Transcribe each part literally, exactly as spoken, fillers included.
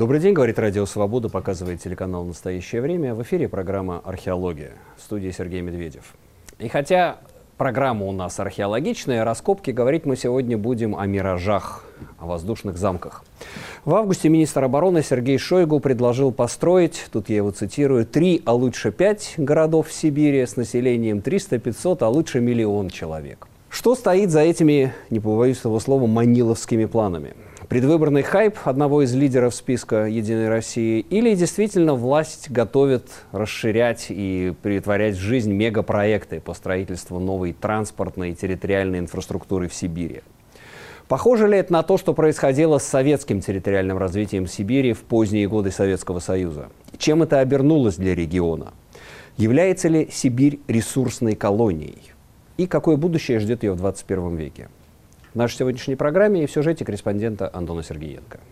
Добрый день, говорит Радио Свобода, показывает телеканал «Настоящее время». В эфире программа «Археология». В студии Сергей Медведев. И хотя программа у нас археологичная, раскопки, говорить мы сегодня будем о миражах, о воздушных замках. В августе министр обороны Сергей Шойгу предложил построить, тут я его цитирую, три, а лучше пять городов в Сибири с населением триста-пятьсот, а лучше миллион человек. Что стоит за этими, не побоюсь этого слова, маниловскими планами? Предвыборный хайп одного из лидеров списка «Единой России» или действительно власть готовит расширять и претворять в жизнь мегапроекты по строительству новой транспортной и территориальной инфраструктуры в Сибири? Похоже ли это на то, что происходило с советским территориальным развитием Сибири в поздние годы Советского Союза? Чем это обернулось для региона? Является ли Сибирь ресурсной колонией? И какое будущее ждет ее в двадцать первом веке? В нашей сегодняшней программе и в сюжете корреспондента Антона Сергеенко.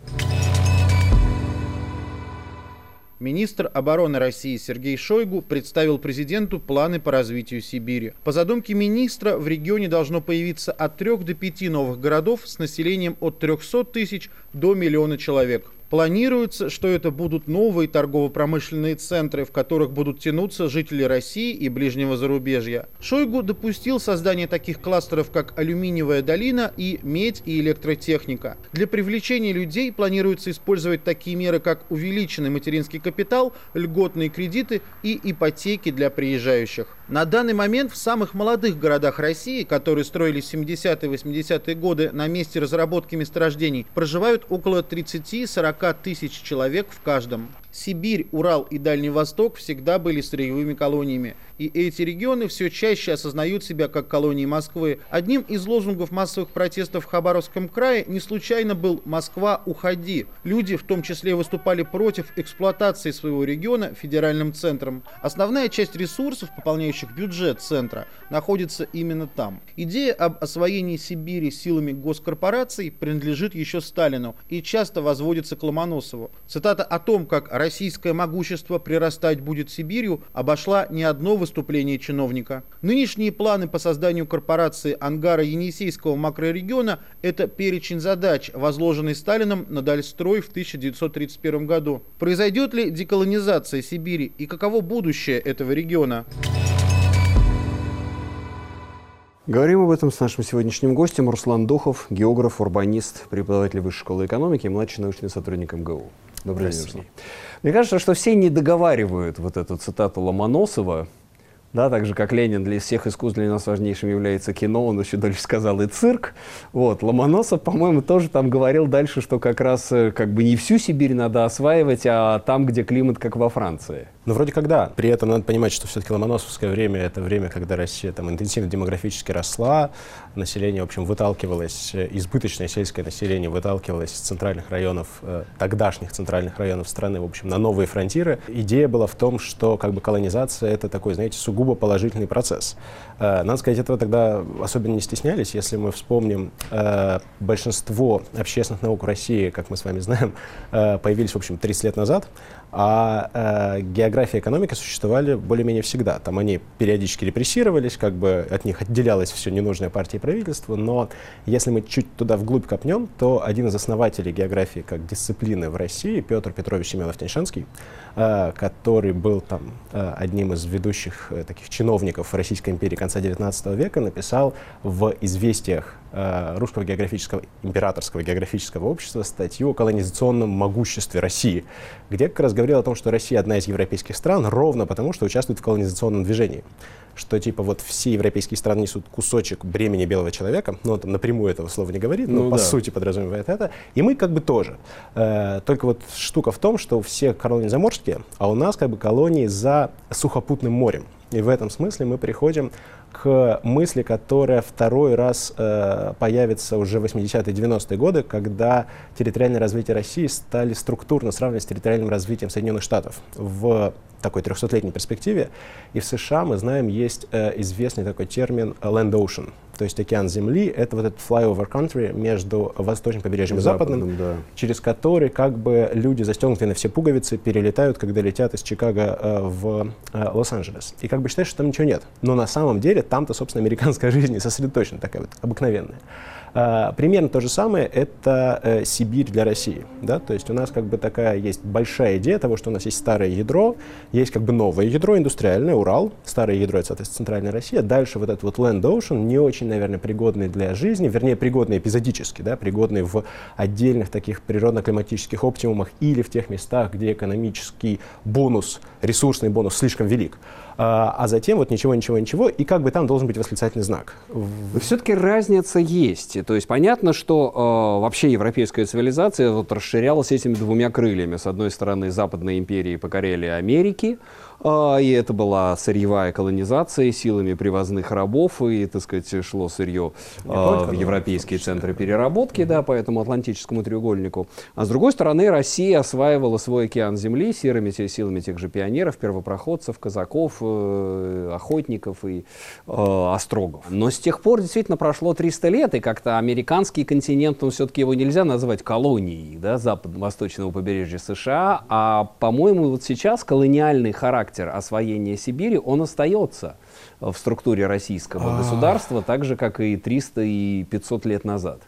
Министр обороны России Сергей Шойгу представил президенту планы по развитию Сибири. По задумке министра, в регионе должно появиться от трёх до пяти новых городов с населением от трёхсот тысяч до миллиона человек. Планируется, что это будут новые торгово-промышленные центры, в которых будут тянуться жители России и ближнего зарубежья. Шойгу допустил создание таких кластеров, как алюминиевая долина и медь и электротехника. Для привлечения людей планируется использовать такие меры, как увеличенный материнский капитал, льготные кредиты и ипотеки для приезжающих. На данный момент в самых молодых городах России, которые строились в семидесятые-восьмидесятые годы на месте разработки месторождений, проживают около тридцати-сорока тысяч человек в каждом. Сибирь, Урал и Дальний Восток всегда были сырьевыми колониями. И эти регионы все чаще осознают себя как колонии Москвы. Одним из лозунгов массовых протестов в Хабаровском крае не случайно был «Москва, уходи». Люди в том числе выступали против эксплуатации своего региона федеральным центром. Основная часть ресурсов, пополняющих бюджет центра, находится именно там. Идея об освоении Сибири силами госкорпораций принадлежит еще Сталину и часто возводится к Ломоносову. Цитата о том, как российское могущество прирастать будет Сибирью, обошла не одно выступление чиновника. Нынешние планы по созданию корпорации Ангара-Енисейского макрорегиона – это перечень задач, возложенный Сталином на Дальстрой в тысяча девятьсот тридцать первом году. Произойдет ли деколонизация Сибири и каково будущее этого региона? Говорим об этом с нашим сегодняшним гостем. Руслан Духов, географ, урбанист, преподаватель Высшей школы экономики, младший научный сотрудник эм гэ у. Добрый день, Руслан. Мне кажется, что все не договаривают вот эту цитату Ломоносова. Да, так же, как Ленин для всех искусств для нас важнейшим является кино, он еще дальше сказал и цирк. Вот. Ломоносов, по-моему, тоже там говорил дальше, что как раз как бы не всю Сибирь надо осваивать, а там, где климат, как во Франции. Ну, вроде как да. При этом надо понимать, что все-таки ломоносовское время — это время, когда Россия там интенсивно демографически росла, население, в общем, выталкивалось, избыточное сельское население выталкивалось из центральных районов, э, тогдашних центральных районов страны, в общем, на новые фронтиры. Идея была в том, что как бы колонизация — это такой, знаете, сугубо положительный процесс. Э, надо сказать, этого тогда особенно не стеснялись. Если мы вспомним, э, большинство общественных наук в России, как мы с вами знаем, э, появились, в общем, тридцать лет назад, а э, география и экономика существовали более-менее всегда. Там они периодически репрессировались, как бы от них отделялось все ненужное партии и правительству, но если мы чуть туда вглубь копнем, то один из основателей географии как дисциплины в России, Петр Петрович Семенов-Тяньшанский, э, который был там э, одним из ведущих э, таких чиновников Российской империи конца девятнадцатого века, написал в «Известиях» э, Русского географического, императорского географического общества статью о колонизационном могуществе России, где как раз говорил о том, что Россия одна из европейских стран ровно потому, что участвует в колонизационном движении. Что типа вот все европейские страны несут кусочек бремени белого человека, ну он там напрямую этого слова не говорит, но ну, по да. сути подразумевает это, и мы как бы тоже. Э, только вот штука в том, что все колонии заморские, а у нас как бы колонии за сухопутным морем. И в этом смысле мы приходим к мысли, которая второй раз э, появится уже в восьмидесятые девяностые годы, когда территориальное развитие России стали структурно сравнивать с территориальным развитием Соединенных Штатов в такой трехсотлетней перспективе. И в США, мы знаем, есть э, известный такой термин land ocean. То есть океан Земли — это вот этот flyover country между восточным побережьем и западным, западным да. через который как бы люди, застегнутые на все пуговицы, перелетают, когда летят из Чикаго э, в э, Лос-Анджелес. И как бы считаешь, что там ничего нет. Но на самом деле там-то, собственно, американская жизнь и сосредоточена, такая вот обыкновенная. Uh, примерно то же самое — это uh, Сибирь для России. Да? То есть у нас как бы такая есть большая идея того, что у нас есть старое ядро, есть как бы новое ядро, индустриальное, Урал, старое ядро — это, соответственно, центральная Россия, дальше вот этот вот Land Ocean, не очень, наверное, пригодный для жизни, вернее, пригодный эпизодически, да? Пригодный в отдельных таких природно-климатических оптимумах или в тех местах, где экономический бонус, ресурсный бонус слишком велик. Uh, а затем вот ничего-ничего-ничего, и как бы там должен быть восклицательный знак. Но все-таки разница есть. То есть понятно, что э, вообще европейская цивилизация вот расширялась этими двумя крыльями. С одной стороны, западные империи покоряли Америки, э, и это была сырьевая колонизация силами привозных рабов, и, так сказать, шло сырье э, в европейские центры переработки, да, по этому Атлантическому треугольнику. А с другой стороны, Россия осваивала свой океан земли силами, силами тех же пионеров, первопроходцев, казаков, охотников и э, острогов. Но с тех пор действительно прошло триста лет, и как-то американский континент, ну, все-таки его нельзя назвать колонией, да, западно-восточного побережья США, а, по-моему, вот сейчас колониальный характер освоения Сибири, он остается в структуре российского государства, так же, как и триста и пятьсот лет назад.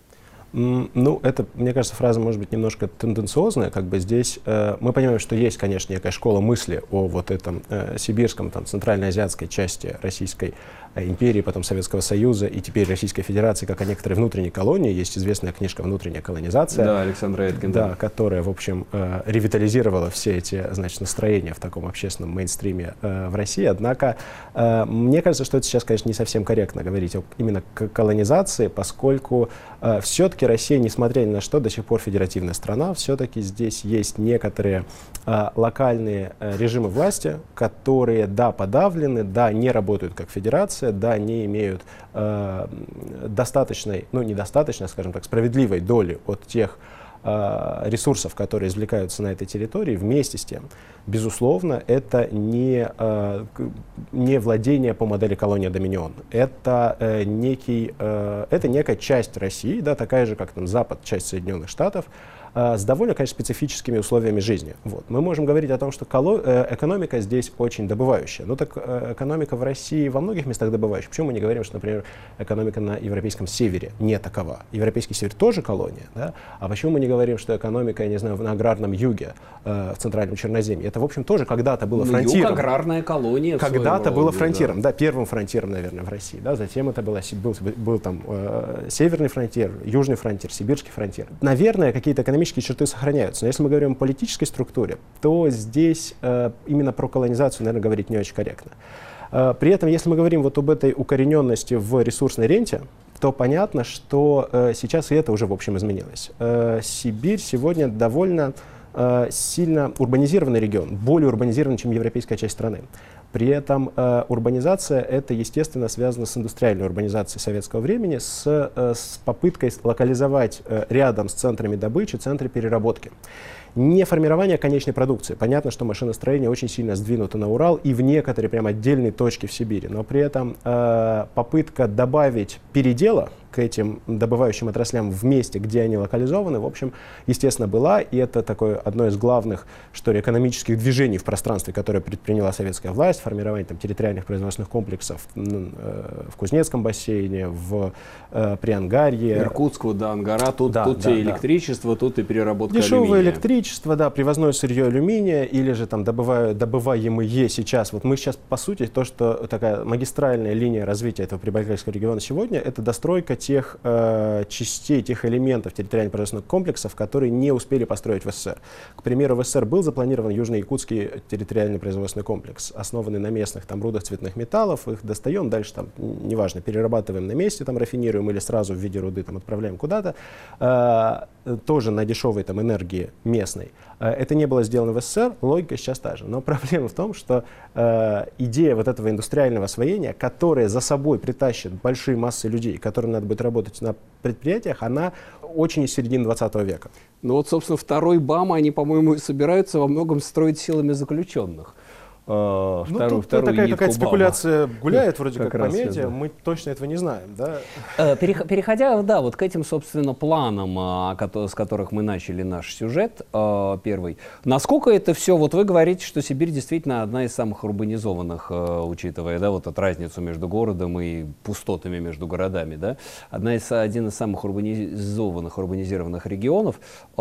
Ну, это, мне кажется, фраза может быть немножко тенденциозная. Как бы здесь э, мы понимаем, что есть, конечно, некая школа мысли о вот этом э, сибирском, там, центральноазиатской части Российской э, империи, потом Советского Союза и теперь Российской Федерации, как о некоторой внутренней колонии. Есть известная книжка «Внутренняя колонизация», да, Александра Эткин, да, которая, в общем, э, ревитализировала все эти, значит, настроения в таком общественном мейнстриме э, в России. Однако, э, мне кажется, что это сейчас, конечно, не совсем корректно говорить о именно колонизации, поскольку э, все-таки Россия, несмотря ни на что, до сих пор федеративная страна. Все-таки здесь есть некоторые э, локальные э, режимы власти, которые, да, подавлены, да, не работают как федерация, да, не имеют э, достаточной, ну, недостаточно, скажем так, справедливой доли от тех э, ресурсов, которые извлекаются на этой территории. Вместе с тем, безусловно, это не, э, не владение по модели колония-доминион. Это, э, некий, э, это некая часть России, да, такая же, как там, Запад, часть Соединенных Штатов, э, с довольно, конечно, специфическими условиями жизни. Вот. Мы можем говорить о том, что коло, э, экономика здесь очень добывающая. Ну так э, экономика в России во многих местах добывающая. Почему мы не говорим, что, например, экономика на европейском севере не такова? Европейский север тоже колония, да? А почему мы не говорим, что экономика, я не знаю, на аграрном юге, э, в центральном Черноземье, это, в общем, тоже когда-то было ну, фронтиром. Юг, аграрная колония. Когда-то было фронтиром, да. да, первым фронтиром, наверное, в России. Да, затем это было, был, был там э, северный фронтир, южный фронтир, сибирский фронтир. Наверное, какие-то экономические черты сохраняются. Но если мы говорим о политической структуре, то здесь э, именно про колонизацию, наверное, говорить не очень корректно. Э, при этом, если мы говорим вот об этой укорененности в ресурсной ренте, то понятно, что э, сейчас и это уже, в общем, изменилось. Э, Сибирь сегодня довольно сильно урбанизированный регион, более урбанизированный, чем европейская часть страны. При этом э, урбанизация это, естественно, связано с индустриальной урбанизацией советского времени, с, э, с попыткой локализовать э, рядом с центрами добычи центры переработки. Не формирование конечной продукции. Понятно, что машиностроение очень сильно сдвинуто на Урал и в некоторые прям отдельные точки в Сибири. Но при этом э, попытка добавить передела к этим добывающим отраслям в месте, где они локализованы, в общем, естественно, была. И это такое одно из главных, что ли, экономических движений в пространстве, которое предприняла советская власть, формирование там, территориальных производственных комплексов э, в Кузнецком бассейне, в э, Приангарье. Иркутск, да, Ангара, тут, да, тут да, и электричество, да. Тут и переработка Дешевое алюминия. электричество, да, привозное сырье алюминия, или же там добываю, добываемые сейчас. Вот мы сейчас, по сути, то, что такая магистральная линия развития этого Прибайкальского региона сегодня, это достройка тех э, частей, тех элементов территориально-производственных комплексов, которые не успели построить в СССР. К примеру, в СССР был запланирован Южно-Якутский территориальный производственный комплекс, основанный на местных там рудах цветных металлов, их достаем, дальше там, неважно, перерабатываем на месте, там рафинируем или сразу в виде руды там отправляем куда-то, э, тоже на дешевой там энергии местной. Э, это не было сделано в СССР, логика сейчас та же. Но проблема в том, что э, идея вот этого индустриального освоения, которая за собой притащит большие массы людей, которым надо будет работать на предприятиях, она очень из середины двадцатого века. Ну вот, собственно, второй БАМ, они, по-моему, собираются во многом строить силами заключенных. Ну, вторую, тут вторую такая какая-то спекуляция гуляет вроде как, как по медиа, да. Мы точно этого не знаем, да? Переходя, да, вот к этим, собственно, планам, с которых мы начали наш сюжет первый, насколько это все, вот вы говорите, что Сибирь действительно одна из самых урбанизованных, учитывая, да, вот эту разницу между городом и пустотами между городами, да, одна из, один из самых урбанизованных, урбанизированных регионов.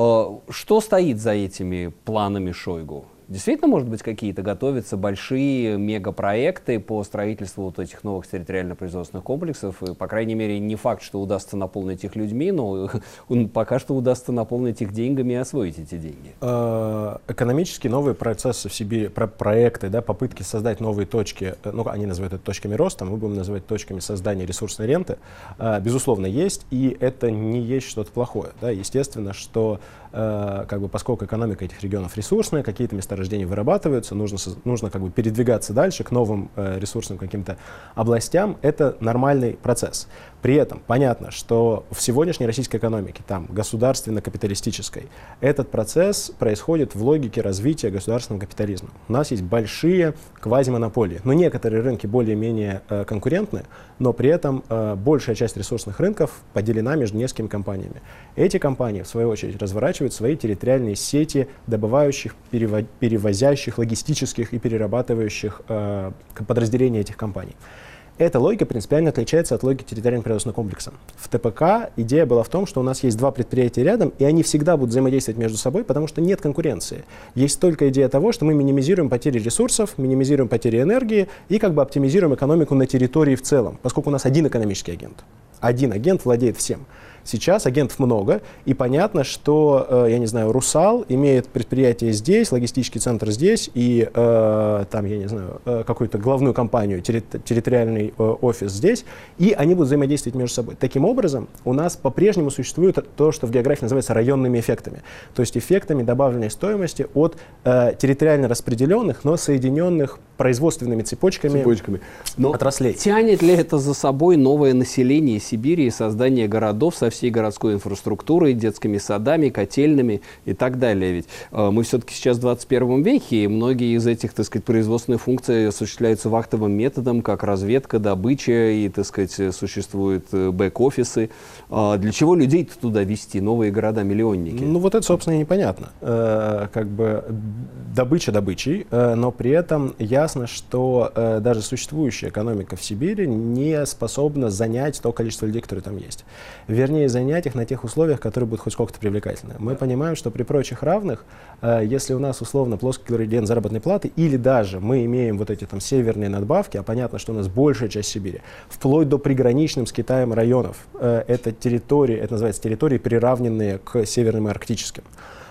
Что стоит за этими планами Шойгу? Действительно, может быть, какие-то готовятся большие мегапроекты по строительству вот этих новых территориально-производственных комплексов. И, по крайней мере, не факт, что удастся наполнить их людьми, но пока что удастся наполнить их деньгами и освоить эти деньги. Экономические новые процессы в Сибири, про проекты, да, попытки создать новые точки, ну, они называют это точками роста, мы будем называть точками создания ресурсной ренты, безусловно, есть, и это не есть что-то плохое. Да. Естественно, что как бы, поскольку экономика этих регионов ресурсная, какие-то месторождения вырабатываются, нужно, нужно как бы передвигаться дальше к новым э, ресурсным каким-то областям, это нормальный процесс. При этом понятно, что в сегодняшней российской экономике, там, государственно-капиталистической, этот процесс происходит в логике развития государственного капитализма. У нас есть большие квазимонополии, но некоторые рынки более-менее э, конкурентны, но при этом э, большая часть ресурсных рынков поделена между несколькими компаниями. Эти компании, в свою очередь, разворачивают свои территориальные сети добывающих, перево перевозящих, логистических и перерабатывающих э, подразделений этих компаний. Эта логика принципиально отличается от логики территориально-производственного комплекса. В ТПК идея была в том, что у нас есть два предприятия рядом, и они всегда будут взаимодействовать между собой, потому что нет конкуренции. Есть только идея того, что мы минимизируем потери ресурсов, минимизируем потери энергии и как бы оптимизируем экономику на территории в целом, поскольку у нас один экономический агент. Один агент владеет всем. Сейчас агентов много, и понятно, что, э, я не знаю, «Русал» имеет предприятие здесь, логистический центр здесь, и э, там, я не знаю, э, какую-то главную компанию, терри территориальный э, офис здесь, и они будут взаимодействовать между собой. Таким образом, у нас по-прежнему существует то, что в географии называется районными эффектами, то есть эффектами добавленной стоимости от э, территориально распределенных, но соединенных производственными цепочками, цепочками. Но отраслей. Тянет ли это за собой новое население Сибири и создание городов со всей городской инфраструктурой, детскими садами, котельными и так далее? Ведь э, мы все-таки сейчас в двадцать первом веке, и многие из этих, так сказать, производственных функций осуществляются вахтовым методом, как разведка, добыча, и, так сказать, существуют бэк-офисы. Э, для чего людей-то туда везти, новые города-миллионники? Ну вот это, собственно, и непонятно. Э, как бы добыча добычей, э, но при этом ясно, что э, даже существующая экономика в Сибири не способна занять то количество людей, которые там есть. Вернее, занять их на тех условиях, которые будут хоть сколько-то привлекательны. Мы понимаем, что при прочих равных, э, если у нас условно плоский градиент заработной платы, или даже мы имеем вот эти там северные надбавки, а понятно, что у нас большая часть Сибири, вплоть до приграничным с Китаем районов, э, это территории, это называется территории, приравненные к северным и арктическим,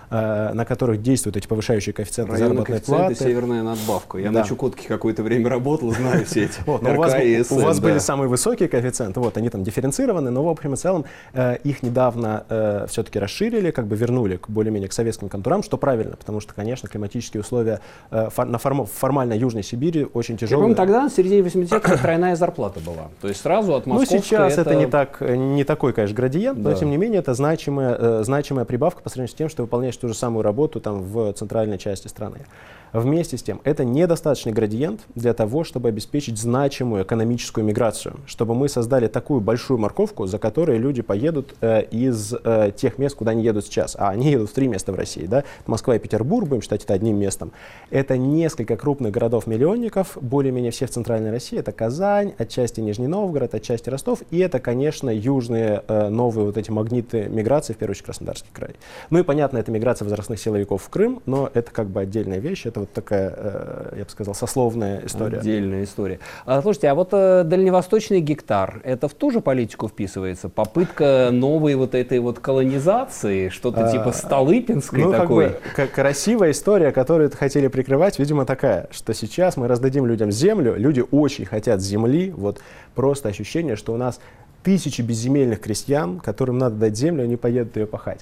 на которых действуют эти повышающие коэффициенты Районный заработной коэффициент платы. И северная надбавка. Я да. на Чукотке какое-то время работал, знаю все эти вот, эр ка и эс эм. У вас да. были самые высокие коэффициенты, вот, они там дифференцированы, но в общем и целом э, их недавно э, все-таки расширили, как бы вернули к более-менее к советским контурам, что правильно, потому что, конечно, климатические условия э, фор на форм формально Южной Сибири очень тяжелые. Я помню, тогда в середине восьмидесятых тройная зарплата была. То есть сразу от Московской. Ну, сейчас это, это не, так, не такой, конечно, градиент, да. но тем не менее это значимая, э, значимая прибавка по сравнению с тем, что выполняешь ту же самую работу там в центральной части страны. Вместе с тем, это недостаточный градиент для того, чтобы обеспечить значимую экономическую миграцию, чтобы мы создали такую большую морковку, за которой люди поедут э, из э, тех мест, куда они едут сейчас. А они едут в три места в России. Да? Москва и Петербург, будем считать это одним местом. Это несколько крупных городов-миллионников, более-менее все в центральной России. Это Казань, отчасти Нижний Новгород, отчасти Ростов. И это, конечно, южные э, новые вот эти магниты миграции, в первую очередь Краснодарский край. Ну и понятно, это миграция возрастных силовиков в Крым, но это как бы отдельная вещь. Это вот такая, э, я бы сказал, сословная история. Отдельная история. А, слушайте, а вот э, дальневосточный гектар, это в ту же политику вписывается? Попытка новой вот этой вот колонизации, что-то а, типа Столыпинской ну, такой? Как бы, красивая история, которую хотели прикрывать, видимо, такая, что сейчас мы раздадим людям землю, люди очень хотят земли, вот просто ощущение, что у нас тысячи безземельных крестьян, которым надо дать землю, они поедут ее пахать.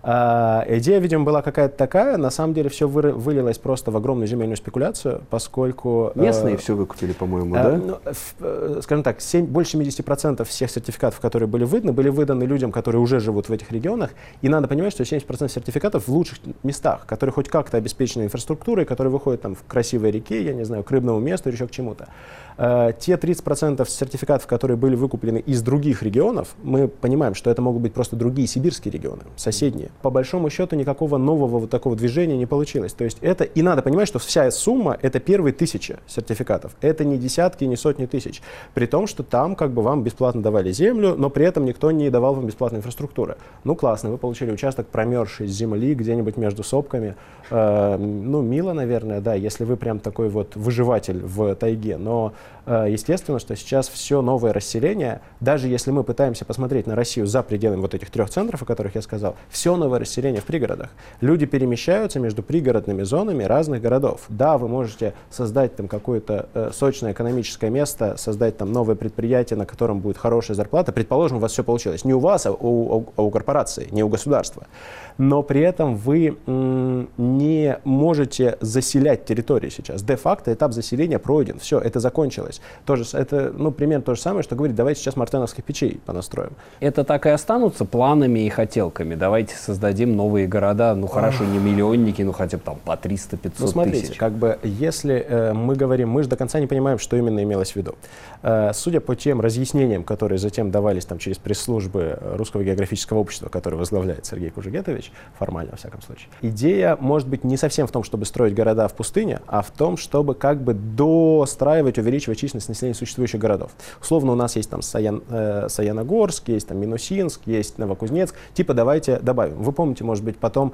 А, идея, видимо, была какая-то такая. На самом деле все вы, вылилось просто в огромную земельную спекуляцию, поскольку... Местные э, все выкупили, по-моему, э, да? Ну, в, скажем так, семь, больше семьдесят процентов всех сертификатов, которые были выданы, были выданы людям, которые уже живут в этих регионах. И надо понимать, что семьдесят процентов сертификатов в лучших местах, которые хоть как-то обеспечены инфраструктурой, которые выходят там, в красивой реке, я не знаю, к рыбному месту или еще к чему-то. Э, те тридцать процентов сертификатов, которые были выкуплены из других регионов, мы понимаем, что это могут быть просто другие сибирские регионы, соседние. По большому счету никакого нового вот такого движения не получилось. То есть это, и надо понимать, что вся сумма — это первые тысячи сертификатов. Это не десятки, не сотни тысяч. При том, что там как бы вам бесплатно давали землю, но при этом никто не давал вам бесплатной инфраструктуры. Ну классно, вы получили участок промерзшей земли где-нибудь между сопками. Э, ну мило, наверное, да, если вы прям такой вот выживатель в тайге. Но э, естественно, что сейчас все новое расселение, даже если мы пытаемся посмотреть на Россию за пределами вот этих трех центров, о которых я сказал, все новое расселение в пригородах. Люди перемещаются между пригородными зонами разных городов. Да, вы можете создать там какое-то э, сочное экономическое место, создать там новое предприятие, на котором будет хорошая зарплата. Предположим, у вас все получилось. Не у вас, а у, у, а у корпорации, не у государства. Но при этом вы м, не можете заселять территории сейчас. Де-факто этап заселения пройден. Все, это закончилось. Тоже, это ну, примерно то же самое, что говорить, давайте сейчас мартеновских печей понастроим. Это так и останутся планами и хотелками. Давайте создадим новые города, ну хорошо, не миллионники, ну хотя бы там по триста-пятьсот ну, смотрите, тысяч. Как бы, если э, мы говорим, мы же до конца не понимаем, что именно имелось в виду. Э, судя по тем разъяснениям, которые затем давались там, через пресс-службы Русского географического общества, который возглавляет Сергей Кужегетович, формально, во всяком случае, идея может быть не совсем в том, чтобы строить города в пустыне, а в том, чтобы как бы достраивать, увеличивать численность населения существующих городов. Условно, у нас есть там Саян, э, Саяногорск, есть там Минусинск, есть Новокузнецк. Типа давайте добавим. Вы помните, может быть, потом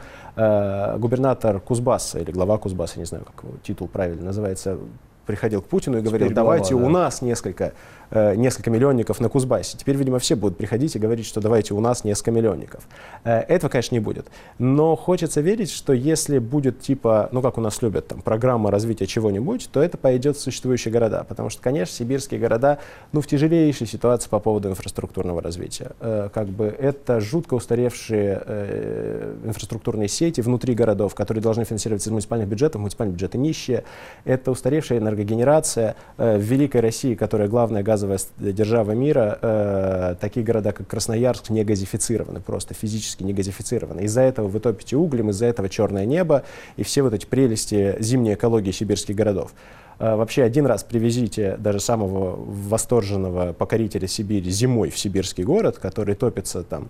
э, губернатор Кузбасса или глава Кузбасса, не знаю, как его титул правильно называется, приходил к Путину и говорил, глава, давайте да. у нас несколько, э, несколько миллионников на Кузбассе. Теперь, видимо, все будут приходить и говорить, что давайте у нас несколько миллионников. Э, этого, конечно, не будет. Но хочется верить, что если будет типа, ну как у нас любят, там, программа развития чего-нибудь, то это пойдет в существующие города. Потому что, конечно, сибирские города, ну, в тяжелейшей ситуации по поводу инфраструктурного развития. Э, как бы это жутко устаревшие э, инфраструктурные сети внутри городов, которые должны финансироваться из муниципальных бюджетов, муниципальные бюджеты нищие. Это устаревшая энергогенерация. Э, в Великой России, которая главная газовая держава мира, э, такие города, как Красноярск, не газифицированы, просто физически не газифицированы. Из-за этого вы топите углем, из-за этого черное небо и все вот эти прелести зимней экологии сибирских городов. Э, вообще один раз привезите даже самого восторженного покорителя Сибири зимой в сибирский город, который топится там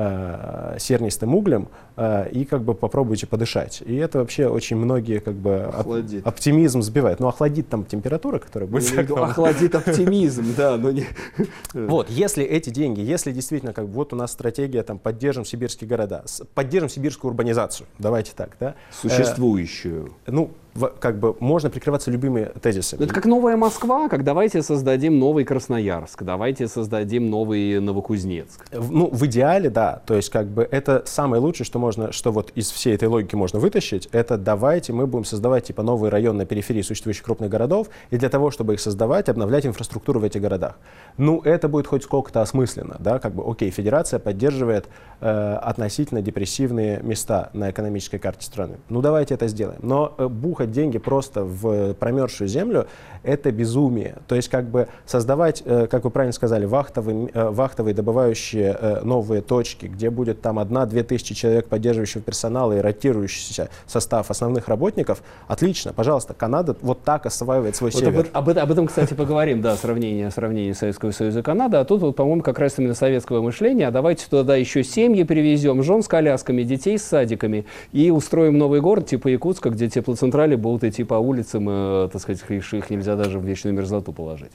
э, сернистым углем, э, и как бы попробуйте подышать. И это вообще очень многие как бы оп- оптимизм сбивает. Ну, охладит там температура, которая будет... Охладит оптимизм, да, но не... Вот, если эти деньги, если действительно, как бы, вот у нас стратегия, там, поддержим сибирские города, поддержим сибирскую урбанизацию, давайте так, да? Существующую. Э, ну, в, как бы, можно прикрываться любыми тезисами. Это как новая Москва, как давайте создадим новый Красноярск, давайте создадим новый Новокузнецк. Ну, в идеале, да. То есть, как бы, это самое лучшее, что можно, что вот из всей этой логики можно вытащить, это давайте мы будем создавать, типа, новые районы на периферии существующих крупных городов, и для того, чтобы их создавать, обновлять инфраструктуру в этих городах. Ну, это будет хоть сколько-то осмысленно, да, как бы, окей, федерация поддерживает э, относительно депрессивные места на экономической карте страны. Ну, давайте это сделаем. Но э, бухать деньги просто в промерзшую землю — это безумие. То есть, как бы, создавать, э, как вы правильно сказали, вахтовые, э, вахтовые добывающие э, новые точки, где будет там одна-две тысячи человек поддерживающего персонала и ротирующийся состав основных работников, отлично, пожалуйста, Канада вот так осваивает свой вот север. Об, об, об этом, кстати, поговорим, да, сравнение, сравнение Советского Союза и Канады, а тут, вот, по-моему, как раз именно советского мышления, а давайте туда еще семьи привезем, жен с колясками, детей с садиками и устроим новый город типа Якутска, где теплоцентрали будут идти по улицам, э, так сказать, их, их нельзя даже в вечную мерзлоту положить.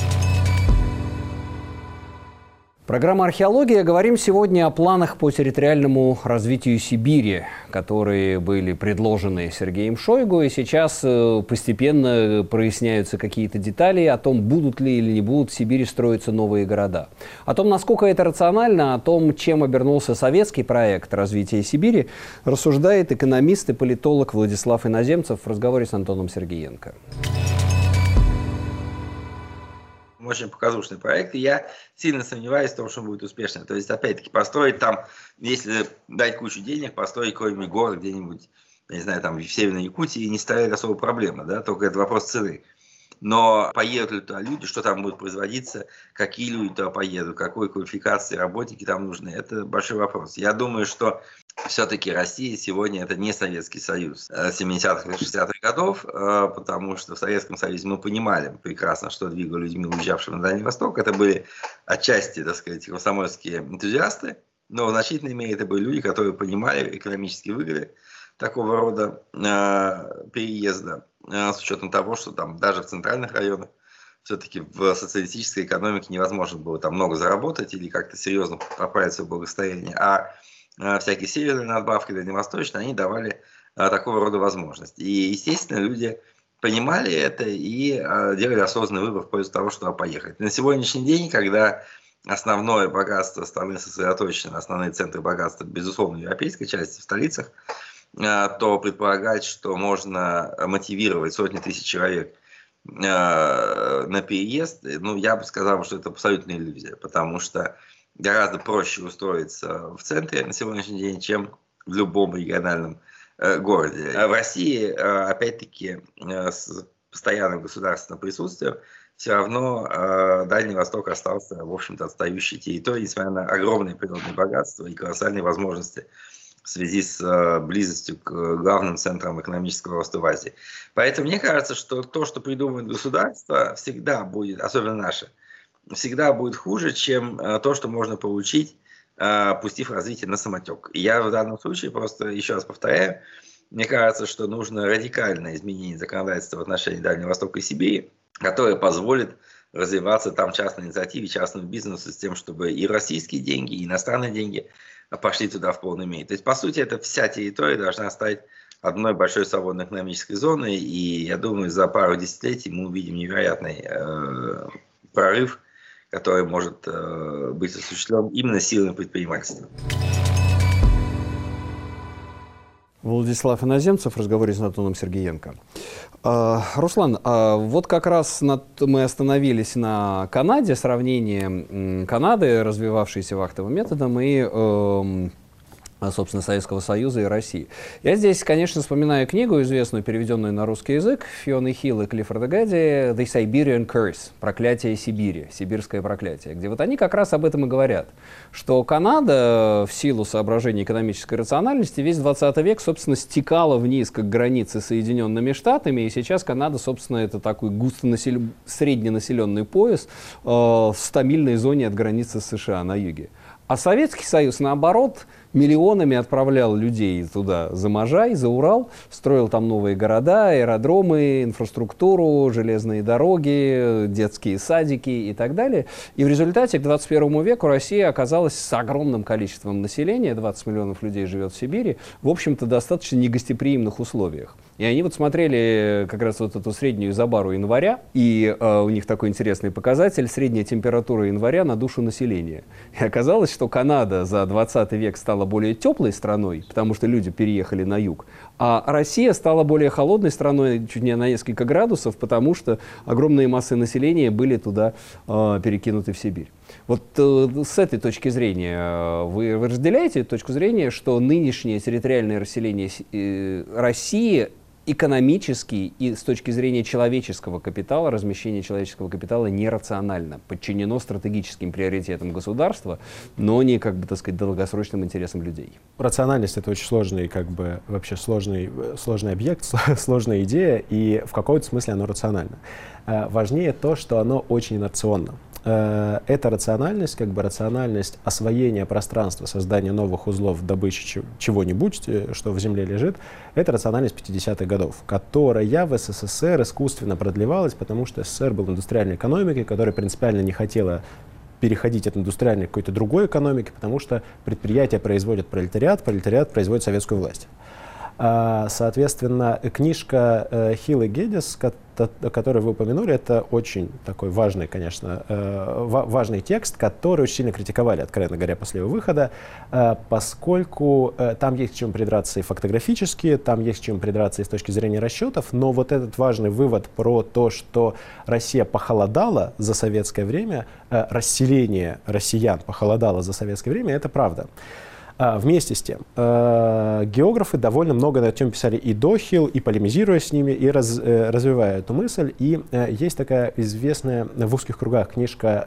Программа «Археология». Говорим сегодня о планах по территориальному развитию Сибири, которые были предложены Сергеем Шойгу. И сейчас постепенно проясняются какие-то детали о том, будут ли или не будут в Сибири строиться новые города. О том, насколько это рационально, о том, чем обернулся советский проект развития Сибири, рассуждает экономист и политолог Владислав Иноземцев. Иноземцев в разговоре с Антоном Сергеенко. очень показушный проект, и я сильно сомневаюсь в том, что он будет успешным. То есть, опять-таки, построить там, если дать кучу денег, построить какой-нибудь город где-нибудь, я не знаю, там в Северной Якутии, не составляет особой проблемы, да, только это вопрос цены. Но поедут ли туда люди, что там будет производиться, какие люди туда поедут, какой квалификации работники там нужны, это большой вопрос. Я думаю, что все-таки Россия сегодня это не Советский Союз семидесятых и шестидесятых годов, потому что в Советском Союзе мы понимали прекрасно, что двигало людьми, уезжавшими на Дальний Восток. Это были отчасти, так сказать, комсомольские энтузиасты, но в значительной мере это были люди, которые понимали экономические выгоды такого рода э, переезда, э, с учетом того, что там даже в центральных районах все-таки в социалистической экономике невозможно было там много заработать или как-то серьезно поправить свое благосостояние, а э, всякие северные надбавки, дальневосточные, они давали э, такого рода возможности. И, естественно, люди понимали это и э, делали осознанный выбор в пользу того, чтобы поехать. На сегодняшний день, когда основное богатство страны сосредоточено, основные центры богатства, безусловно, в европейской части, в столицах, то предполагать, что можно мотивировать сотни тысяч человек на переезд, ну, я бы сказал, что это абсолютная иллюзия, потому что гораздо проще устроиться в центре на сегодняшний день, чем в любом региональном городе. В России, опять-таки, с постоянным государственным присутствием, все равно Дальний Восток остался, в общем-то, отстающей территорией, несмотря на огромные природные богатства и колоссальные возможности в связи с близостью к главным центрам экономического роста в Азии. Поэтому мне кажется, что то, что придумывает государство, всегда будет, особенно наше, всегда будет хуже, чем то, что можно получить, пустив развитие на самотек. И я в данном случае просто еще раз повторяю, мне кажется, что нужно радикальное изменение законодательства в отношении Дальнего Востока и Сибири, которое позволит развиваться там частной инициативе, частному бизнесу с тем, чтобы и российские деньги, и иностранные деньги пошли туда в полной мере. То есть, по сути, эта вся территория должна стать одной большой свободной экономической зоной, и я думаю, за пару десятилетий мы увидим невероятный э, прорыв, который может э, быть осуществлен именно силами предпринимательства. Владислав Иноземцев в разговоре с Антоном Сергеенко. Uh, Руслан, uh, вот как раз над, мы остановились на Канаде, сравнение Канады, развивавшейся вахтовым методом, и, uh, собственно, Советского Союза и России. Я здесь, конечно, вспоминаю книгу, известную, переведенную на русский язык, Фионы Хилл и Клиффорда Гадди, «The Siberian Curse», «Проклятие Сибири», «Сибирское проклятие», где вот они как раз об этом и говорят, что Канада в силу соображений экономической рациональности весь двадцатый век, собственно, стекала вниз к границе с Соединенными Штатами, и сейчас Канада, собственно, это такой густонасель... средненаселенный пояс э, в стамильной зоне от границы с США на юге. А Советский Союз, наоборот, миллионами отправлял людей туда за Можай, за Урал, строил там новые города, аэродромы, инфраструктуру, железные дороги, детские садики и так далее. И в результате к двадцать первому веку Россия оказалась с огромным количеством населения, двадцать миллионов людей живет в Сибири, в общем-то, достаточно негостеприимных условиях. И они вот смотрели как раз вот эту среднюю изобару января, и э, у них такой интересный показатель, средняя температура января на душу населения. И оказалось, что Канада за двадцатый век стала более теплой страной, потому что люди переехали на юг, а Россия стала более холодной страной чуть не на несколько градусов, потому что огромные массы населения были туда э, перекинуты в Сибирь. Вот э, с этой точки зрения, вы, вы разделяете эту точку зрения, что нынешнее территориальное расселение э, России экономически и с точки зрения человеческого капитала, размещение человеческого капитала нерационально, подчинено стратегическим приоритетам государства, но не, как бы, так сказать, долгосрочным интересам людей? Рациональность — это очень сложный, как бы, вообще сложный, сложный объект, сложная идея, и в каком-то смысле оно рационально. Важнее то, что оно очень инерционно. Эта рациональность, как бы рациональность освоения пространства, создания новых узлов добычи чего-нибудь, что в земле лежит, это рациональность пятидесятых годов, которая в СССР искусственно продлевалась, потому что СССР был индустриальной экономикой, которая принципиально не хотела переходить от индустриальной к какой-то другой экономике, потому что предприятия производят пролетариат, пролетариат производит советскую власть. Соответственно, книжка Хилл и Геддис, который вы упомянули, это очень такой важный, конечно, важный текст, который очень сильно критиковали, откровенно говоря, после его выхода, поскольку там есть к чему придраться и фактографически, там есть к чему придраться и с точки зрения расчетов, но вот этот важный вывод про то, что Россия похолодала за советское время, расселение россиян похолодало за советское время, это правда. Вместе с тем, э, географы довольно много на эту тему писали и до Хилл, и полемизируя с ними, и раз, э, развивая эту мысль. И э, есть такая известная в узких кругах книжка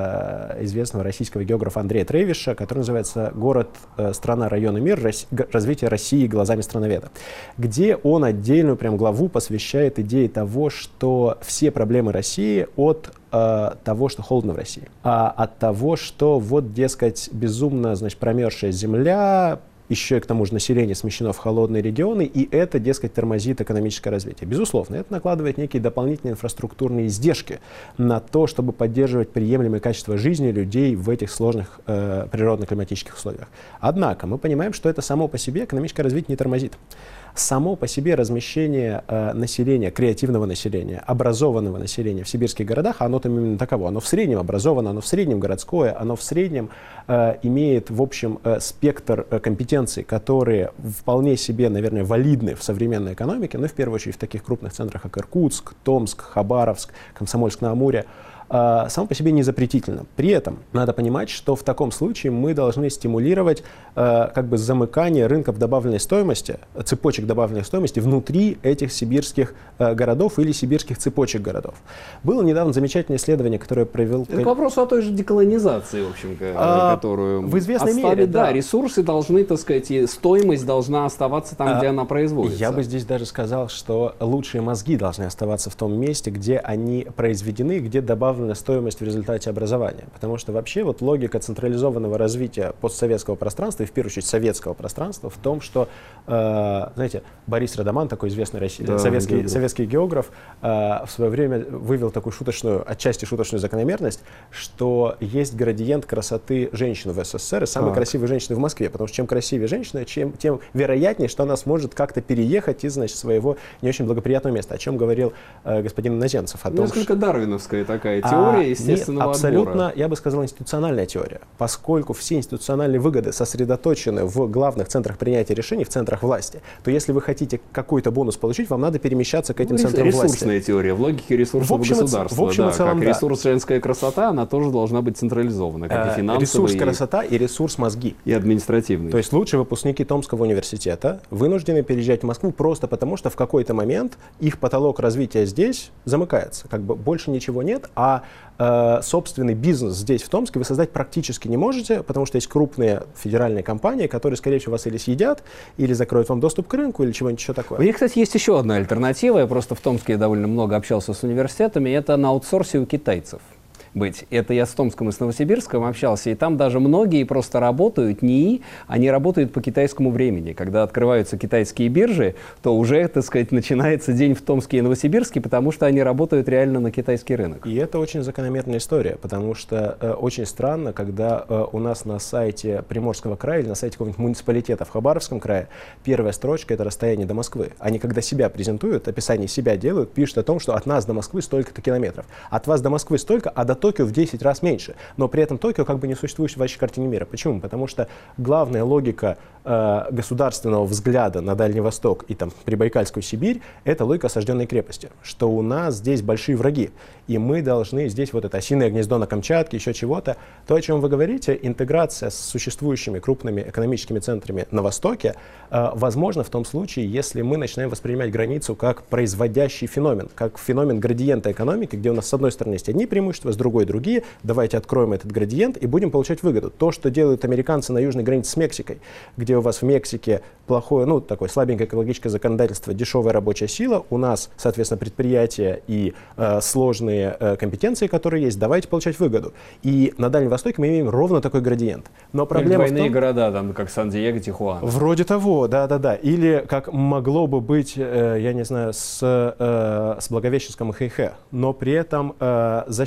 э, известного российского географа Андрея Тревиша, которая называется «Город, э, страна, район и мир. Рос... Развитие России глазами страноведа», где он отдельную прям главу посвящает идее того, что все проблемы России от того, что холодно в России, а от того, что вот, дескать, безумно, значит, промерзшая земля, еще и к тому же население смещено в холодные регионы, и это, дескать, тормозит экономическое развитие. Безусловно, это накладывает некие дополнительные инфраструктурные издержки на то, чтобы поддерживать приемлемое качество жизни людей в этих сложных э, природно-климатических условиях. Однако мы понимаем, что это само по себе экономическое развитие не тормозит. Само по себе размещение э, населения, креативного населения, образованного населения в сибирских городах, оно там именно таково. Оно в среднем образовано, оно в среднем городское, оно в среднем э, имеет, в общем, э, спектр э, компетенций, которые вполне себе, наверное, валидны в современной экономике, но в первую очередь в таких крупных центрах, как Иркутск, Томск, Хабаровск, Комсомольск-на-Амуре. Само по себе не запретительно. При этом надо понимать, что в таком случае мы должны стимулировать э, как бы замыкание рынков добавленной стоимости, цепочек добавленной стоимости внутри этих сибирских э, городов или сибирских цепочек городов. Было недавно замечательное исследование, которое провел... Это к вопросу о той же деколонизации, в общем, а, которую в известной оставили, мере, да, да. Ресурсы должны, так сказать, и стоимость должна оставаться там, а, где она производится. Я бы здесь даже сказал, что лучшие мозги должны оставаться в том месте, где они произведены, где добавленная стоимость в результате образования. Потому что вообще вот логика централизованного развития постсоветского пространства, и в первую очередь советского пространства, в том, что, э, знаете, Борис Радаман, такой известный россий, да, советский, географ. советский географ, э, в свое время вывел такую шуточную, отчасти шуточную закономерность, что есть градиент красоты женщин в СССР и самые так. красивые женщины в Москве. Потому что чем красивее женщина, чем, тем вероятнее, что она сможет как-то переехать из, значит, своего не очень благоприятного места. О чем говорил э, господин Иноземцев. О том, Несколько что... дарвиновская такая теория. Естественного Нет, абсолютно, отбора. Я бы сказал, институциональная теория, поскольку все институциональные выгоды сосредоточены в главных центрах принятия решений, в центрах власти, то если вы хотите какой-то бонус получить, вам надо перемещаться к этим ну, центрам ресурсная власти. Ресурсная теория, в логике ресурсного в общем, государства. В общем да, и целом, как да. ресурс женская красота, она тоже должна быть централизована, как и финансовая. Ресурс и... красота и ресурс мозги. И административный. То есть лучшие выпускники Томского университета вынуждены переезжать в Москву просто потому, что в какой-то момент их потолок развития здесь замыкается. Как бы больше ничего нет, а э, собственный бизнес здесь, в Томске, вы создать практически не можете, потому что есть крупные федеральные компании, которые, скорее всего, вас или съедят, или закроют вам доступ к рынку, или чего-нибудь еще такое. У них, кстати, есть еще одна альтернатива. Я просто в Томске довольно много общался с университетами. Это на аутсорсе у китайцев быть. Это я с Томском и с Новосибирском общался, и там даже многие просто работают НИИ, они работают по китайскому времени. Когда открываются китайские биржи, то уже, так сказать, начинается день в Томске и Новосибирске, потому что они работают реально на китайский рынок. И это очень закономерная история, потому что э, очень странно, когда э, у нас на сайте Приморского края или на сайте какого-нибудь муниципалитета в Хабаровском крае первая строчка — это расстояние до Москвы. Они, когда себя презентуют, описание себя делают, пишут о том, что от нас до Москвы столько-то километров, от вас до Москвы столько, а до Токио в десять раз меньше. Но при этом Токио как бы не существует в вашей картине мира. Почему? Потому что главная логика э, государственного взгляда на Дальний Восток и там Прибайкальскую Сибирь — это логика осажденной крепости, что у нас здесь большие враги, и мы должны здесь вот это осиное гнездо на Камчатке, еще чего-то. То, о чем вы говорите, интеграция с существующими крупными экономическими центрами на Востоке, э, возможно в том случае, если мы начинаем воспринимать границу как производящий феномен, как феномен градиента экономики, где у нас с одной стороны есть одни преимущества, с другой другие. Давайте откроем этот градиент и будем получать выгоду. То, что делают американцы на южной границе с Мексикой, где у вас в Мексике плохое, ну, такое слабенькое экологическое законодательство, дешевая рабочая сила, у нас, соответственно, предприятия и э, сложные э, компетенции, которые есть, давайте получать выгоду. И на Дальнем Востоке мы имеем ровно такой градиент. Но проблема двойные в том, города, там, как Сан-Диего, Тихуана. Вроде того, да-да-да. Или как могло бы быть, э, я не знаю, с, э, с Благовещенском и Хэйхэ. Но при этом э, за счет того, что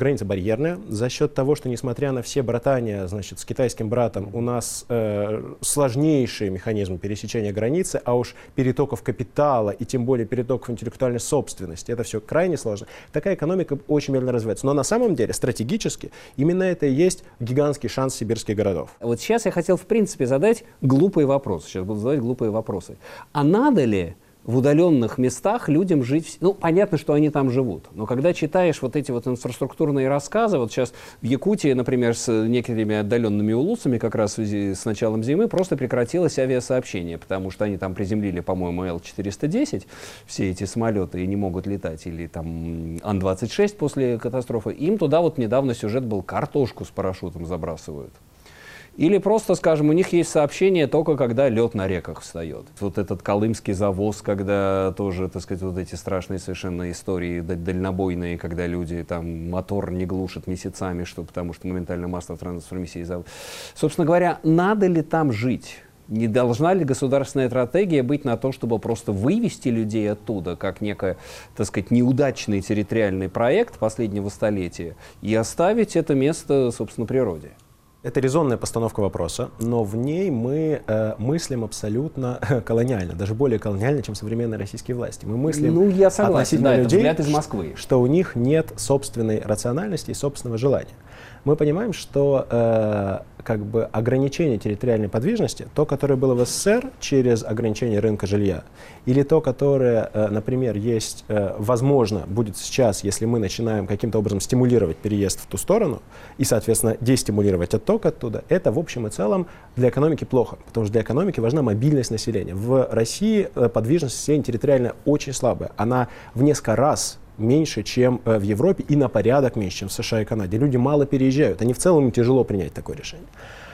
граница барьерная, за счет того, что, несмотря на все братания, значит, с китайским братом, у нас э, сложнейшие механизмы пересечения границы, а уж перетоков капитала и тем более перетоков интеллектуальной собственности, это все крайне сложно. Такая экономика очень медленно развивается. Но на самом деле, стратегически, именно это и есть гигантский шанс сибирских городов. Вот сейчас я хотел, в принципе, задать глупые вопросы. Сейчас буду задавать глупые вопросы. А надо ли в удаленных местах людям жить? Ну, понятно, что они там живут. Но когда читаешь вот эти вот инфраструктурные рассказы, вот сейчас в Якутии, например, с некоторыми отдаленными улусами, как раз в связи с началом зимы, просто прекратилось авиасообщение, потому что они там приземлили, по-моему, Эл четыреста десять, все эти самолеты, и не могут летать, или там Ан двадцать шесть после катастрофы. Им туда вот недавно сюжет был, картошку с парашютом забрасывают. Или просто, скажем, у них есть сообщение только когда лед на реках встает. Вот этот колымский завоз, когда тоже, так сказать, вот эти страшные совершенно истории дальнобойные, когда люди там мотор не глушат месяцами, что, потому что моментально масло трансформируется завод. Собственно говоря, надо ли там жить? Не должна ли государственная стратегия быть на то, чтобы просто вывести людей оттуда, как некий, так сказать, неудачный территориальный проект последнего столетия, и оставить это место, собственно, природе? Это резонная постановка вопроса, но в ней мы э, мыслим абсолютно колониально, даже более колониально, чем современные российские власти. Мы мыслим ну, я согласен, относительно да, людей, это взгляд из Москвы, что у них нет собственной рациональности и собственного желания. Мы понимаем, что э, как бы ограничение территориальной подвижности, то, которое было в СССР через ограничение рынка жилья, или то, которое, э, например, есть, э, возможно, будет сейчас, если мы начинаем каким-то образом стимулировать переезд в ту сторону и, соответственно, дестимулировать отток оттуда, это в общем и целом для экономики плохо, потому что для экономики важна мобильность населения. В России э, подвижность населения территориально очень слабая, она в несколько раз меньше, чем э, в Европе, и на порядок меньше, чем в США и Канаде. Люди мало переезжают, они в целом тяжело принять такое решение.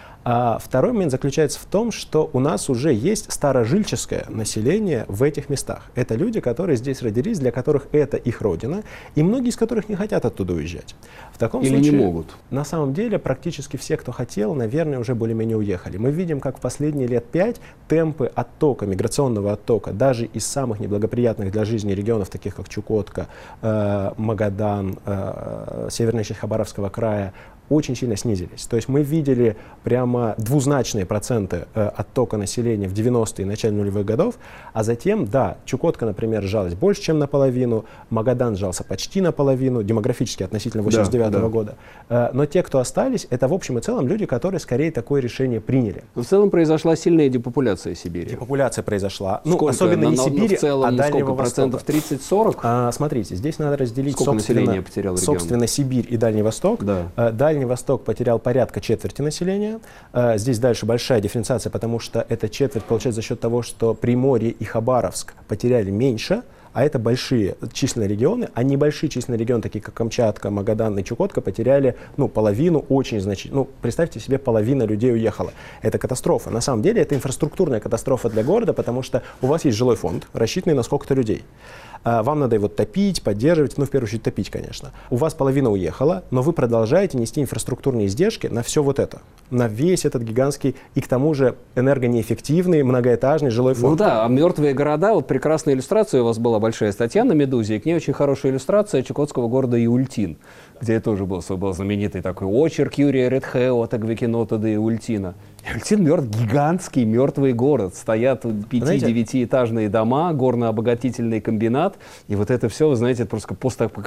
А второй момент заключается в том, что у нас уже есть старожильческое население в этих местах. Это люди, которые здесь родились, для которых это их родина, и многие из которых не хотят оттуда уезжать. В таком Или случае, не могут. На самом деле, практически все, кто хотел, наверное, уже более-менее уехали. Мы видим, как в последние лет пять темпы оттока, миграционного оттока, даже из самых неблагоприятных для жизни регионов, таких как Чукотка, э, Магадан, э, северная часть Хабаровского края, очень сильно снизились. То есть мы видели прямо двузначные проценты э, оттока населения в девяностые и начале нулевых годов, а затем, да, Чукотка, например, сжалась больше, чем наполовину, Магадан сжался почти наполовину, демографически относительно восемьдесят девятого да, года. Э, но те, кто остались, это в общем и целом люди, которые скорее такое решение приняли. Но в целом произошла сильная депопуляция Сибири. Депопуляция произошла. Сколько? Ну, особенно на, не Сибири, в целом, а Дальнего сколько, процентов тридцать-сорок? А, смотрите, здесь надо разделить, сколько собственно, потерял собственно Сибирь и Дальний Восток. Да. А, Дальний Восток потерял порядка четверти населения. А, здесь дальше большая дифференциация, потому что эта четверть получается за счет того, что Приморье и Хабаровск потеряли меньше, а это большие численные регионы, а небольшие численные регионы, такие как Камчатка, Магадан и Чукотка, потеряли ну, половину, очень значительно. Ну, представьте себе, половина людей уехала. Это катастрофа. На самом деле это инфраструктурная катастрофа для города, потому что у вас есть жилой фонд, рассчитанный на сколько-то людей. Вам надо его топить, поддерживать, ну, в первую очередь, топить, конечно. У вас половина уехала, но вы продолжаете нести инфраструктурные издержки на все вот это, на весь этот гигантский и, к тому же, энергонеэффективный, многоэтажный жилой фонд. Ну да, а мертвые города, вот прекрасная иллюстрация, у вас была большая статья на «Медузе», и к ней очень хорошая иллюстрация чукотского города Иультин, где тоже был, был знаменитый такой очерк Юрия Редхео, Тагвекинота де Иультина. Иультин мертв, гигантский мертвый город. Стоят пяти-девятиэтажные дома, горно-обогатительный комбинат. И вот это все, вы знаете, это просто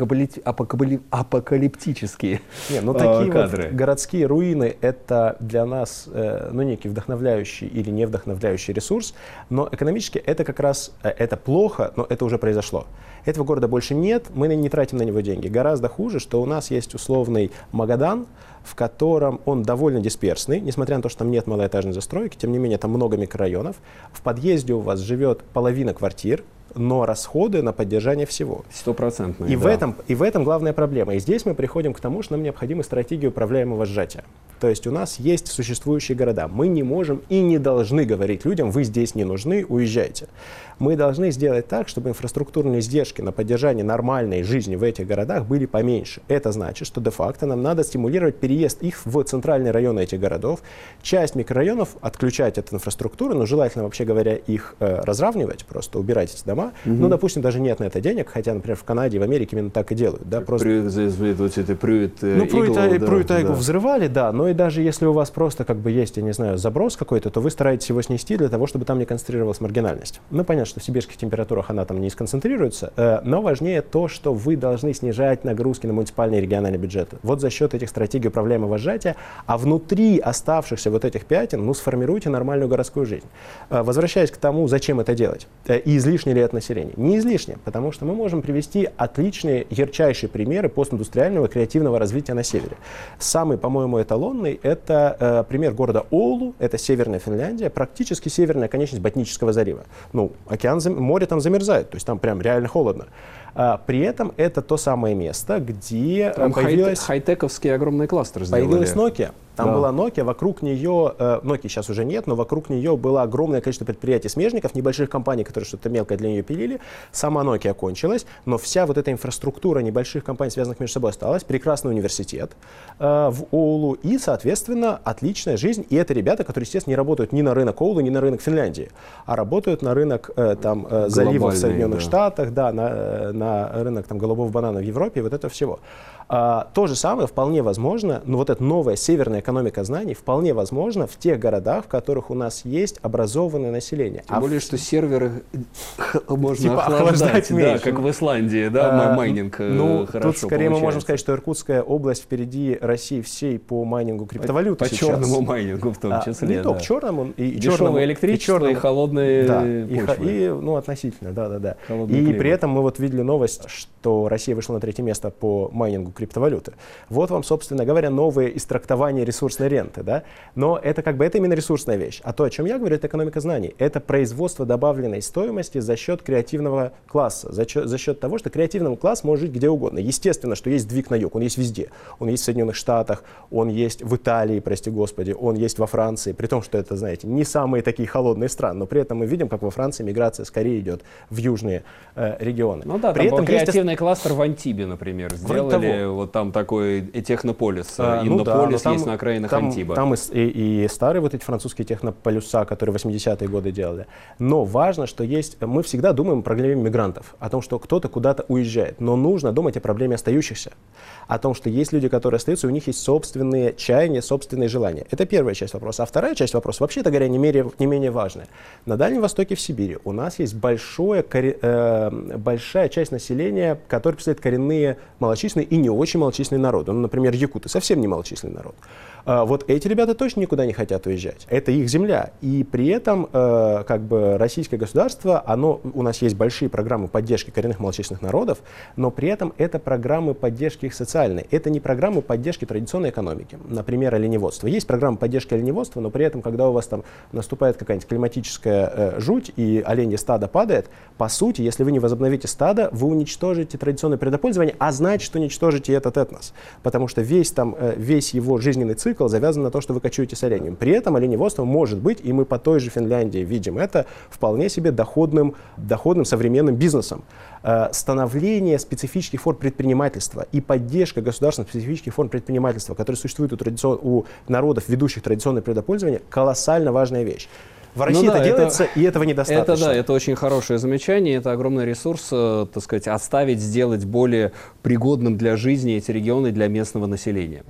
постапокалиптические Не, ну, такие кадры. Вот городские руины — это для нас э, ну, некий вдохновляющий или не вдохновляющий ресурс. Но экономически это как раз э, это плохо, но это уже произошло. Этого города больше нет, мы не тратим на него деньги. Гораздо хуже, что у нас есть условный Магадан, в котором он довольно дисперсный, несмотря на то, что там нет малоэтажной застройки, тем не менее там много микрорайонов. В подъезде у вас живет половина квартир, но расходы на поддержание всего. Стопроцентные, и, да. в этом, и в этом главная проблема. И здесь мы приходим к тому, что нам необходима стратегия управляемого сжатия. То есть у нас есть существующие города. Мы не можем и не должны говорить людям: вы здесь не нужны, уезжайте. Мы должны сделать так, чтобы инфраструктурные издержки на поддержание нормальной жизни в этих городах были поменьше. Это значит, что де-факто нам надо стимулировать переезд их в центральные районы этих городов, часть микрорайонов отключать от инфраструктуры, но желательно, вообще говоря, их э, разравнивать, просто убирать эти дома, дома. Mm-hmm. Ну, допустим, даже нет на это денег, хотя, например, в Канаде и в Америке именно так и делают. Да, просто... Пруит ну, Пруит Айгу да. взрывали, да, но и даже если у вас просто как бы есть, я не знаю, заброс какой-то, то вы стараетесь его снести для того, чтобы там не концентрировалась маргинальность. Ну, понятно, что в сибирских температурах она там не сконцентрируется, э, но важнее то, что вы должны снижать нагрузки на муниципальные и региональные бюджеты. Вот за счет этих стратегий управляемого сжатия, а внутри оставшихся вот этих пятен, ну, сформируйте нормальную городскую жизнь. Э, возвращаясь к тому, зачем это делать, э, и излишне ли это население. Не излишне, потому что мы можем привести отличные, ярчайшие примеры постиндустриального креативного развития на севере. Самый, по-моему, эталонный – это э, пример города Оулу, это северная Финляндия, практически северная конечность Ботнического залива. Ну, океан, море там замерзает, то есть там прям реально холодно. А, при этом это то самое место, где там появилась... хай-тековские огромные кластеры сделали. Появилась Nokia. Там да. была Nokia, вокруг нее, э, Nokia сейчас уже нет, но вокруг нее было огромное количество предприятий-смежников, небольших компаний, которые что-то мелкое для нее пилили. Сама Nokia кончилась, но вся вот эта инфраструктура небольших компаний, связанных между собой, осталась. Прекрасный университет э, в Оулу и, соответственно, отличная жизнь. И это ребята, которые, естественно, не работают ни на рынок Оулу, ни на рынок Финляндии, а работают на рынок э, там, э, заливов в Соединенных да. Штатах, да, на, на рынок там, голубого банана в Европе, вот это всего. А, то же самое вполне возможно, ну вот эта новая северная экономика знаний вполне возможно в тех городах, в которых у нас есть образованное население. Тем а более, в... что серверы можно типа охлаждать, охлаждать да, как в Исландии, да, а, майнинг ну, хорошо тут скорее получается. Мы можем сказать, что Иркутская область впереди России всей по майнингу криптовалюты по, по сейчас. черному майнингу в том числе. А, не да. только черному, и, и дешевое черному, электричество, и, черному, и холодные да, почвы. И, и, ну, относительно, да-да-да. И климат. при этом мы вот видели новость, что Россия вышла на третье место по майнингу криптовалюты. Вот вам, собственно говоря, новые истрактования ресурсной ренты, да? Но это как бы это именно ресурсная вещь. А то, о чем я говорю, это экономика знаний. Это производство добавленной стоимости за счет креативного класса, за счет, за счет того, что креативный класс может жить где угодно. Естественно, что есть сдвиг на юг, он есть везде. Он есть в Соединенных Штатах, он есть в Италии, прости господи, он есть во Франции, при том, что это, знаете, не самые такие холодные страны, но при этом мы видим, как во Франции миграция скорее идет в южные э, регионы. Ну да, при там этом креативный есть... кластер в Антибе, например, сделали, вот там такой технополис, а, Иннополис ну да, там, есть на окраинах там, Антиба. Там и, и, и старые вот эти французские технополюса, которые в восьмидесятые годы делали. Но важно, что есть, мы всегда думаем о проблеме мигрантов, о том, что кто-то куда-то уезжает, но нужно думать о проблеме остающихся, о том, что есть люди, которые остаются, у них есть собственные чаяния, собственные желания. Это первая часть вопроса. А вторая часть вопроса, вообще-то говоря, не менее, не менее важная. На Дальнем Востоке, в Сибири, у нас есть большое, э, большая часть населения, которая представляет коренные малочисленные и не очень малочисленные народы. Ну, например, якуты, совсем не малочисленный народ. А вот эти ребята точно никуда не хотят уезжать. Это их земля. И при этом э, как бы российское государство, оно, у нас есть большие программы поддержки коренных малочисленных народов, но при этом это программы поддержки их социальной. Это не программы поддержки традиционной экономики. Например, оленеводство. Есть программа поддержки оленеводства, но при этом, когда у вас там наступает какая-нибудь климатическая э, жуть и оленье стадо падает, по сути, если вы не возобновите стадо, вы уничтожите традиционное предопользование, а значит, что уничтожите этот этнос. Потому что весь, там, э, весь его жизненный цикл завязан на то, что вы кочуете с оленем. При этом оленеводство может быть, и мы по той же Финляндии видим это, вполне себе доходным, доходным современным бизнесом. Э, становление специфических форм предпринимательства и поддержка государственных специфических форм предпринимательства, которые существуют у, традицион... у народов, ведущих традиционное предопользование, колоссально важная вещь. В России ну, да, это делается, это, и этого недостаточно. Это да, это очень хорошее замечание, это огромный ресурс, э, так сказать, оставить, сделать более пригодным для жизни эти регионы для местного населения.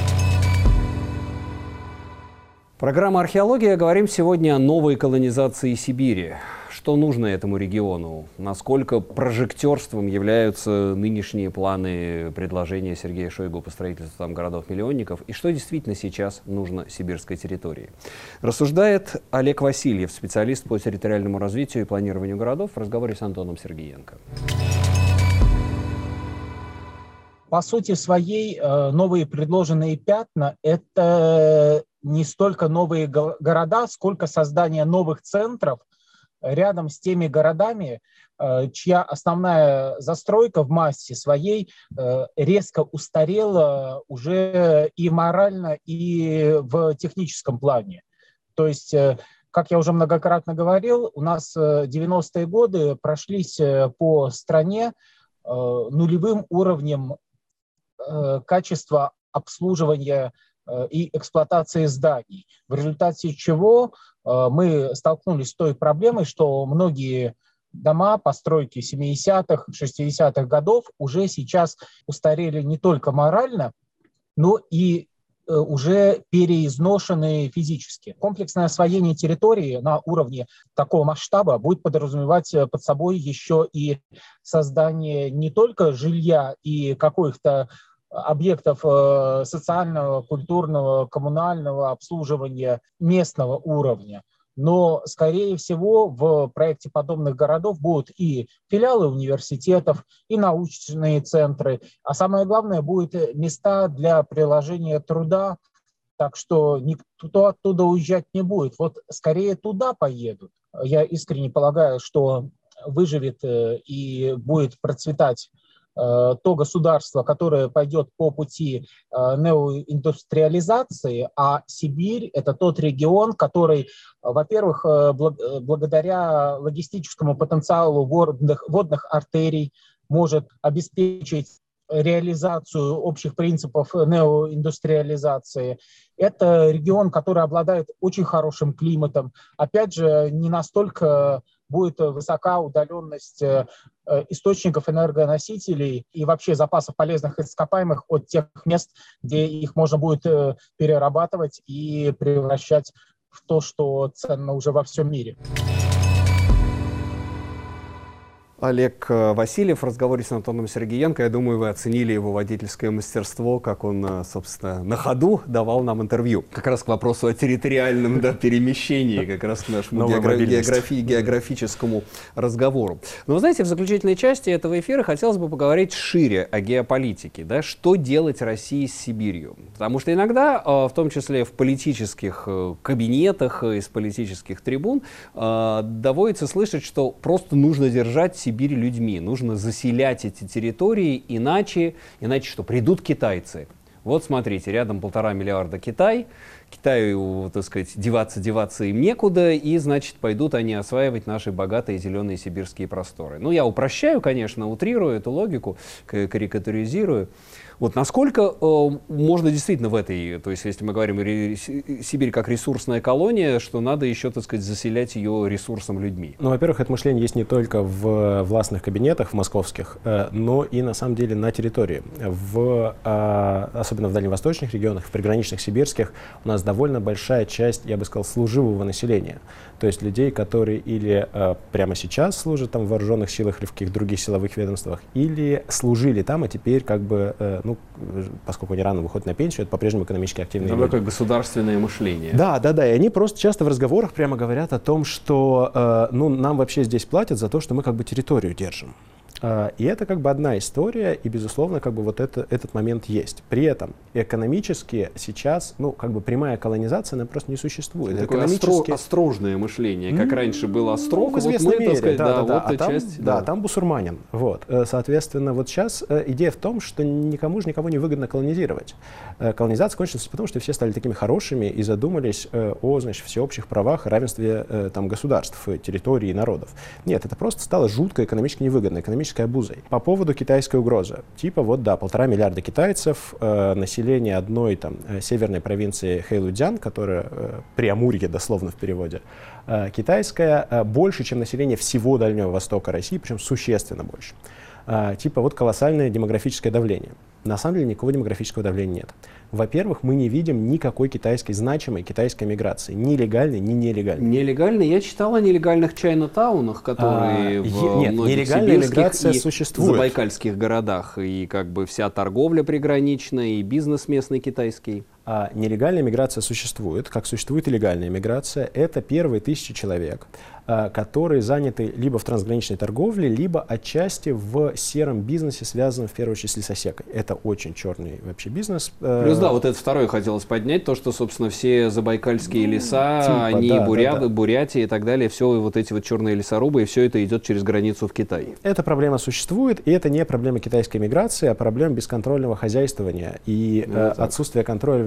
Программа «Археология». Говорим сегодня о новой колонизации Сибири. Что нужно этому региону? Насколько прожектерством являются нынешние планы, предложения Сергея Шойгу по строительству там городов-миллионников? И что действительно сейчас нужно сибирской территории? Рассуждает Олег Васильев, специалист по территориальному развитию и планированию городов, в разговоре с Антоном Сергеенко. По сути своей, новые предложенные пятна – это не столько новые города, сколько создание новых центров рядом с теми городами, чья основная застройка в массе своей резко устарела уже и морально, и в техническом плане. То есть, как я уже многократно говорил, у нас девяностые годы прошлись по стране нулевым уровнем качества обслуживания и эксплуатации зданий, в результате чего мы столкнулись с той проблемой, что многие дома, постройки семидесятых, шестидесятых годов уже сейчас устарели не только морально, но и уже переизношены физически. Комплексное освоение территории на уровне такого масштаба будет подразумевать под собой еще и создание не только жилья и каких-то объектов социального, культурного, коммунального обслуживания местного уровня, но, скорее всего, в проекте подобных городов будут и филиалы университетов, и научные центры, а самое главное, будут места для приложения труда, так что никто оттуда уезжать не будет. Вот скорее туда поедут. Я искренне полагаю, что выживет и будет процветать то государство, которое пойдет по пути неоиндустриализации, а Сибирь – это тот регион, который, во-первых, благодаря логистическому потенциалу водных, водных артерий может обеспечить реализацию общих принципов неоиндустриализации. Это регион, который обладает очень хорошим климатом. Опять же, не настолько будет высока удаленность источников энергоносителей и вообще запасов полезных ископаемых от тех мест, где их можно будет перерабатывать и превращать в то, что ценно уже во всем мире. Олег Васильев в разговоре с Антоном Сергеенко. Я думаю, вы оценили его водительское мастерство, как он, собственно, на ходу давал нам интервью. Как раз к вопросу о территориальном да, перемещении, как раз к нашему географ... географи... географическому разговору. Но, вы знаете, в заключительной части этого эфира хотелось бы поговорить шире о геополитике. Да? Что делать России с Сибирью? Потому что иногда, в том числе в политических кабинетах, из политических трибун, доводится слышать, что просто нужно держать Сибирь Сибирь людьми. Нужно заселять эти территории, иначе, иначе что, придут китайцы. Вот смотрите, рядом полтора миллиарда Китай, Китаю, так сказать, деваться, деваться им некуда, и, значит, пойдут они осваивать наши богатые зеленые сибирские просторы. Ну, я упрощаю, конечно, утрирую эту логику, карикатуризирую. Вот насколько э, можно действительно в этой, то есть если мы говорим ре, Сибирь как ресурсная колония, что надо еще, так сказать, заселять ее ресурсом людьми? Ну, во-первых, это мышление есть не только в властных кабинетах, в московских, э, но и на самом деле на территории. В, э, особенно в дальневосточных регионах, в приграничных сибирских, у нас довольно большая часть, я бы сказал, служивого населения. То есть людей, которые или э, прямо сейчас служат там в вооруженных силах или в каких-то других силовых ведомствах, или служили там, а теперь как бы, э, ну, поскольку они рано выходят на пенсию, это по-прежнему экономически активные люди. Такое государственное мышление. Да, да, да. И они просто часто в разговорах прямо говорят о том, что э, ну, нам вообще здесь платят за то, что мы как бы территорию держим. И это как бы одна история, и, безусловно, как бы вот это, этот момент есть. При этом экономически сейчас, ну, как бы прямая колонизация, она просто не существует. Такое экономически... остро, острожное мышление, как mm-hmm. раньше был острог, ну, в известной вот мы, мере, сказать, да, да, да, вот да. эта А там, часть, да, да, там бусурманин. Вот. Соответственно, вот сейчас идея в том, что никому же никого не выгодно колонизировать. Колонизация кончилась потому, что все стали такими хорошими и задумались о, значит, всеобщих правах и равенстве там, государств, территорий и народов. Нет, это просто стало жутко экономически невыгодно, экономической обузой. По поводу китайской угрозы. Типа вот, да, полтора миллиарда китайцев, э, население одной там северной провинции Хэйлунцзян, которая э, Преамурье дословно в переводе, э, китайская, э, больше, чем население всего Дальнего Востока России, причем существенно больше. Э, типа вот колоссальное демографическое давление. На самом деле никакого демографического давления нет. Во-первых, мы не видим никакой китайской, значимой китайской миграции. Ни легальной, ни нелегальной. Нелегальной? Я читал о нелегальных чайна-таунах, которые а, в нет, многих сибирских и существует. Забайкальских городах. И как бы вся торговля приграничная, и бизнес местный китайский. А нелегальная миграция существует, как существует и легальная миграция. Это первые тысячи человек, которые заняты либо в трансграничной торговле, либо отчасти в сером бизнесе, связанном в первую очередь с лесосекой. Это очень черный вообще бизнес. Плюс да, вот это второе хотелось поднять, то, что, собственно, все забайкальские леса, типа, они да, буря... да, да. Бурятия и так далее, все вот эти вот черные лесорубы, и все это идет через границу в Китай. Эта проблема существует, и это не проблема китайской миграции, а проблема бесконтрольного хозяйствования и ну, э, отсутствия контроля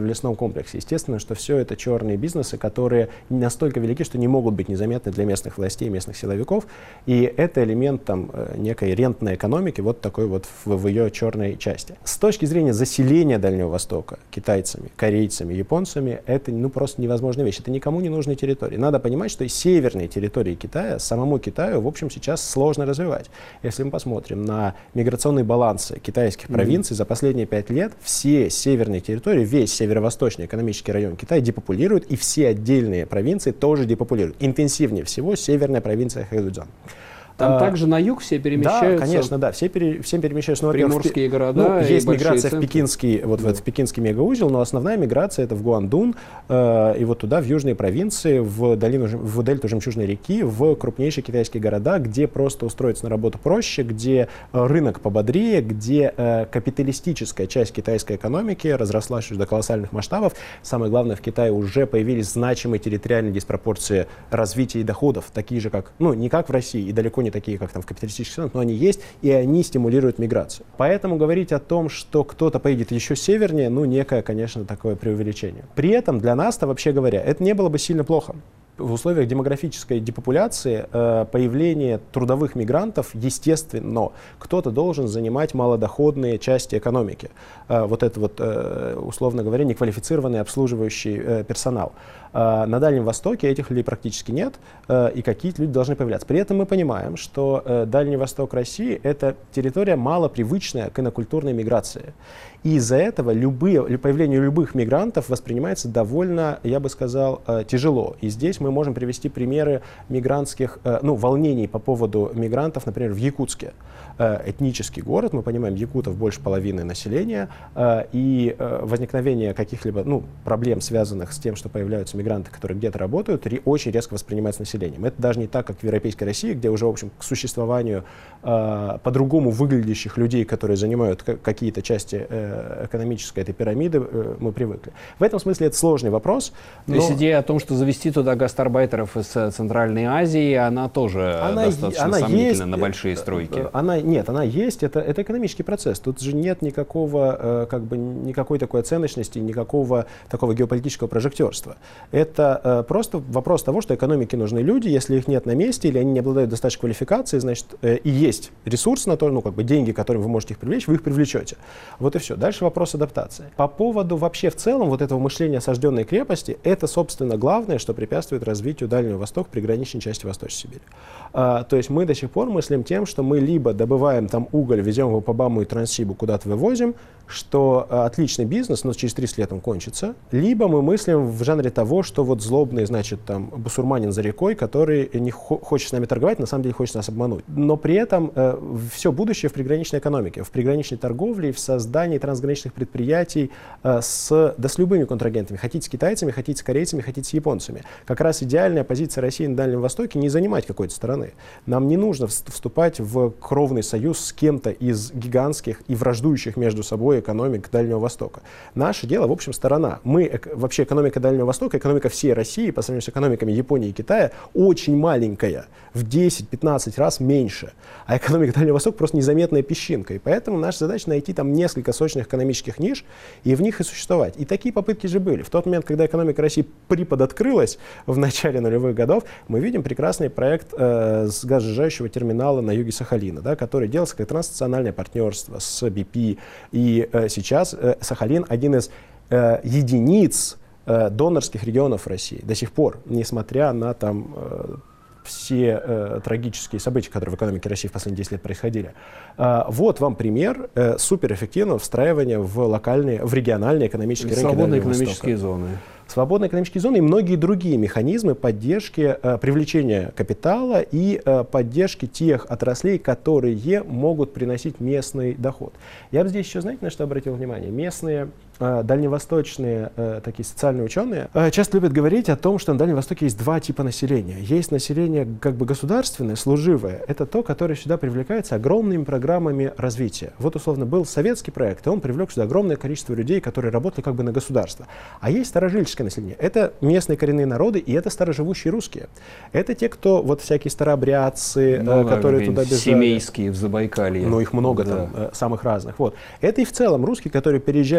в лесном комплексе. Естественно, что все это черные бизнесы, которые настолько велики, что не могут быть незаметны для местных властей, местных силовиков. И это элемент там, некой рентной экономики, вот такой вот в, в ее черной части. С точки зрения заселения Дальнего Востока китайцами, корейцами, японцами, это ну, просто невозможная вещь. Это никому не нужные территории. Надо понимать, что и северные территории Китая, самому Китаю, в общем, сейчас сложно развивать. Если мы посмотрим на миграционные балансы китайских mm-hmm. провинций за последние пять лет, все северные территории, весь северо-восточный экономический район Китая депопулируют, и все отдельные провинции тоже депопулируют. Интенсивнее всего северная провинция Хэйдзян. Там а, также на юг все перемещаются? Да, конечно, да. Все, пере, все перемещаются. Ну, приморские города ну, и есть миграция центры. в пекинский, вот, да. в, в пекинский мегаузел, но основная миграция это в Гуандун э, и вот туда, в южные провинции, в, долину, в дельту Жемчужной реки, в крупнейшие китайские города, где просто устроиться на работу проще, где э, рынок пободрее, где э, капиталистическая часть китайской экономики разрослась до колоссальных масштабов. Самое главное, в Китае уже появились значимые территориальные диспропорции развития и доходов, такие же, как, ну, не как в России и далеко не такие, как там в капиталистических странах, но они есть, и они стимулируют миграцию. Поэтому говорить о том, что кто-то поедет еще севернее, ну, некое, конечно, такое преувеличение. При этом для нас-то, вообще говоря, это не было бы сильно плохо. В условиях демографической депопуляции э, появление трудовых мигрантов, естественно, кто-то должен занимать малодоходные части экономики. Э, вот это вот, э, условно говоря, неквалифицированный обслуживающий э, персонал. Э, на Дальнем Востоке этих людей практически нет, э, и какие-то люди должны появляться. При этом мы понимаем, что э, Дальний Восток России — это территория малопривычная к инокультурной миграции. И из-за этого любые, появление любых мигрантов воспринимается довольно, я бы сказал, э, тяжело. И здесь мы можем привести примеры мигрантских, э, ну, волнений по поводу мигрантов, например, в Якутске. Э, этнический город, мы понимаем, якутов больше половины населения, э, и э, возникновение каких-либо ну, проблем, связанных с тем, что появляются мигранты, которые где-то работают, ре, очень резко воспринимается населением. Это даже не так, как в Европейской России, где уже, в общем, к существованию э, по-другому выглядящих людей, которые занимают какие-то части э, экономической этой пирамиды, э, мы привыкли. В этом смысле это сложный вопрос. Но... То есть идея о том, что завести туда гастарбайтеров из Центральной Азии, она тоже она, достаточно она сомнительна есть, на большие стройки. Она, нет, она есть, это, это экономический процесс. Тут же нет никакого, э, как бы, никакой такой оценочности, никакого такого геополитического прожектерства. Это э, просто вопрос того, что экономике нужны люди, если их нет на месте, или они не обладают достаточной квалификацией, значит, э, и есть ресурс на то, ну, как бы деньги, которыми вы можете их привлечь, вы их привлечете. Вот и все. Дальше вопрос адаптации. По поводу вообще в целом вот этого мышления осажденной крепости, это, собственно, главное, что препятствует развитию Дальнего Востока, приграничной части Восточной Сибири. А, то есть мы до сих пор мыслим тем, что мы либо добываем там уголь, везем его по БАМу и Транссибу, куда-то вывозим, что а, отличный бизнес, но через тридцать лет он кончится, либо мы мыслим в жанре того, что вот злобный, значит, там, бусурманин за рекой, который не хо- хочет с нами торговать, на самом деле хочет нас обмануть. Но при этом э, все будущее в приграничной экономике, в приграничной торговле, в создании трансграничных предприятий э, с, да с любыми контрагентами. Хотите с китайцами, хотите с корейцами, хотите с японцами. Как раз идеальная позиция России на Дальнем Востоке — не занимать какой-то стороны. Нам не нужно вступать в кровный союз с кем-то из гигантских и враждующих между собой экономик Дальнего Востока. Наше дело, в общем, сторона. Мы, эк, вообще экономика Дальнего Востока, экономика всей России по сравнению с экономиками Японии и Китая очень маленькая, в десять-пятнадцать раз меньше. А экономика Дальнего Востока просто незаметная песчинка. И поэтому наша задача найти там несколько сочных экономических ниш и в них и существовать. И такие попытки же были. В тот момент, когда экономика России приподоткрылась в начале нулевых годов, мы видим прекрасный проект э, с газосжижающего терминала на юге Сахалина, да, который делался как транснациональное партнерство с би пи. И э, сейчас э, Сахалин один из э, единиц э, донорских регионов России до сих пор, несмотря на там э, все э, трагические события, которые в экономике России в последние десять лет происходили. Э, вот вам пример э, суперэффективного встраивания в локальные, в региональные экономические рынки Свободные Дальнего экономические Востока. зоны. Свободные экономические зоны и многие другие механизмы поддержки, э, привлечения капитала и э, поддержки тех отраслей, которые могут приносить местный доход. Я бы здесь еще, знаете, на что обратил внимание? Местные э, дальневосточные э, такие социальные ученые э, часто любят говорить о том, что на Дальнем Востоке есть два типа населения. Есть население как бы государственное, служивое. Это то, которое сюда привлекается огромными программами развития. Вот, условно, был советский проект, и он привлек сюда огромное количество людей, которые работали как бы на государство. А есть старожильческое население. Это местные коренные народы, и это староживущие русские. Это те, кто, вот всякие старообрядцы, ну, э, которые да, туда бежали. Семейские в Забайкалье. Ну, их много да. там, э, самых разных. Вот. Это и в целом русские, которые переезжали туда, там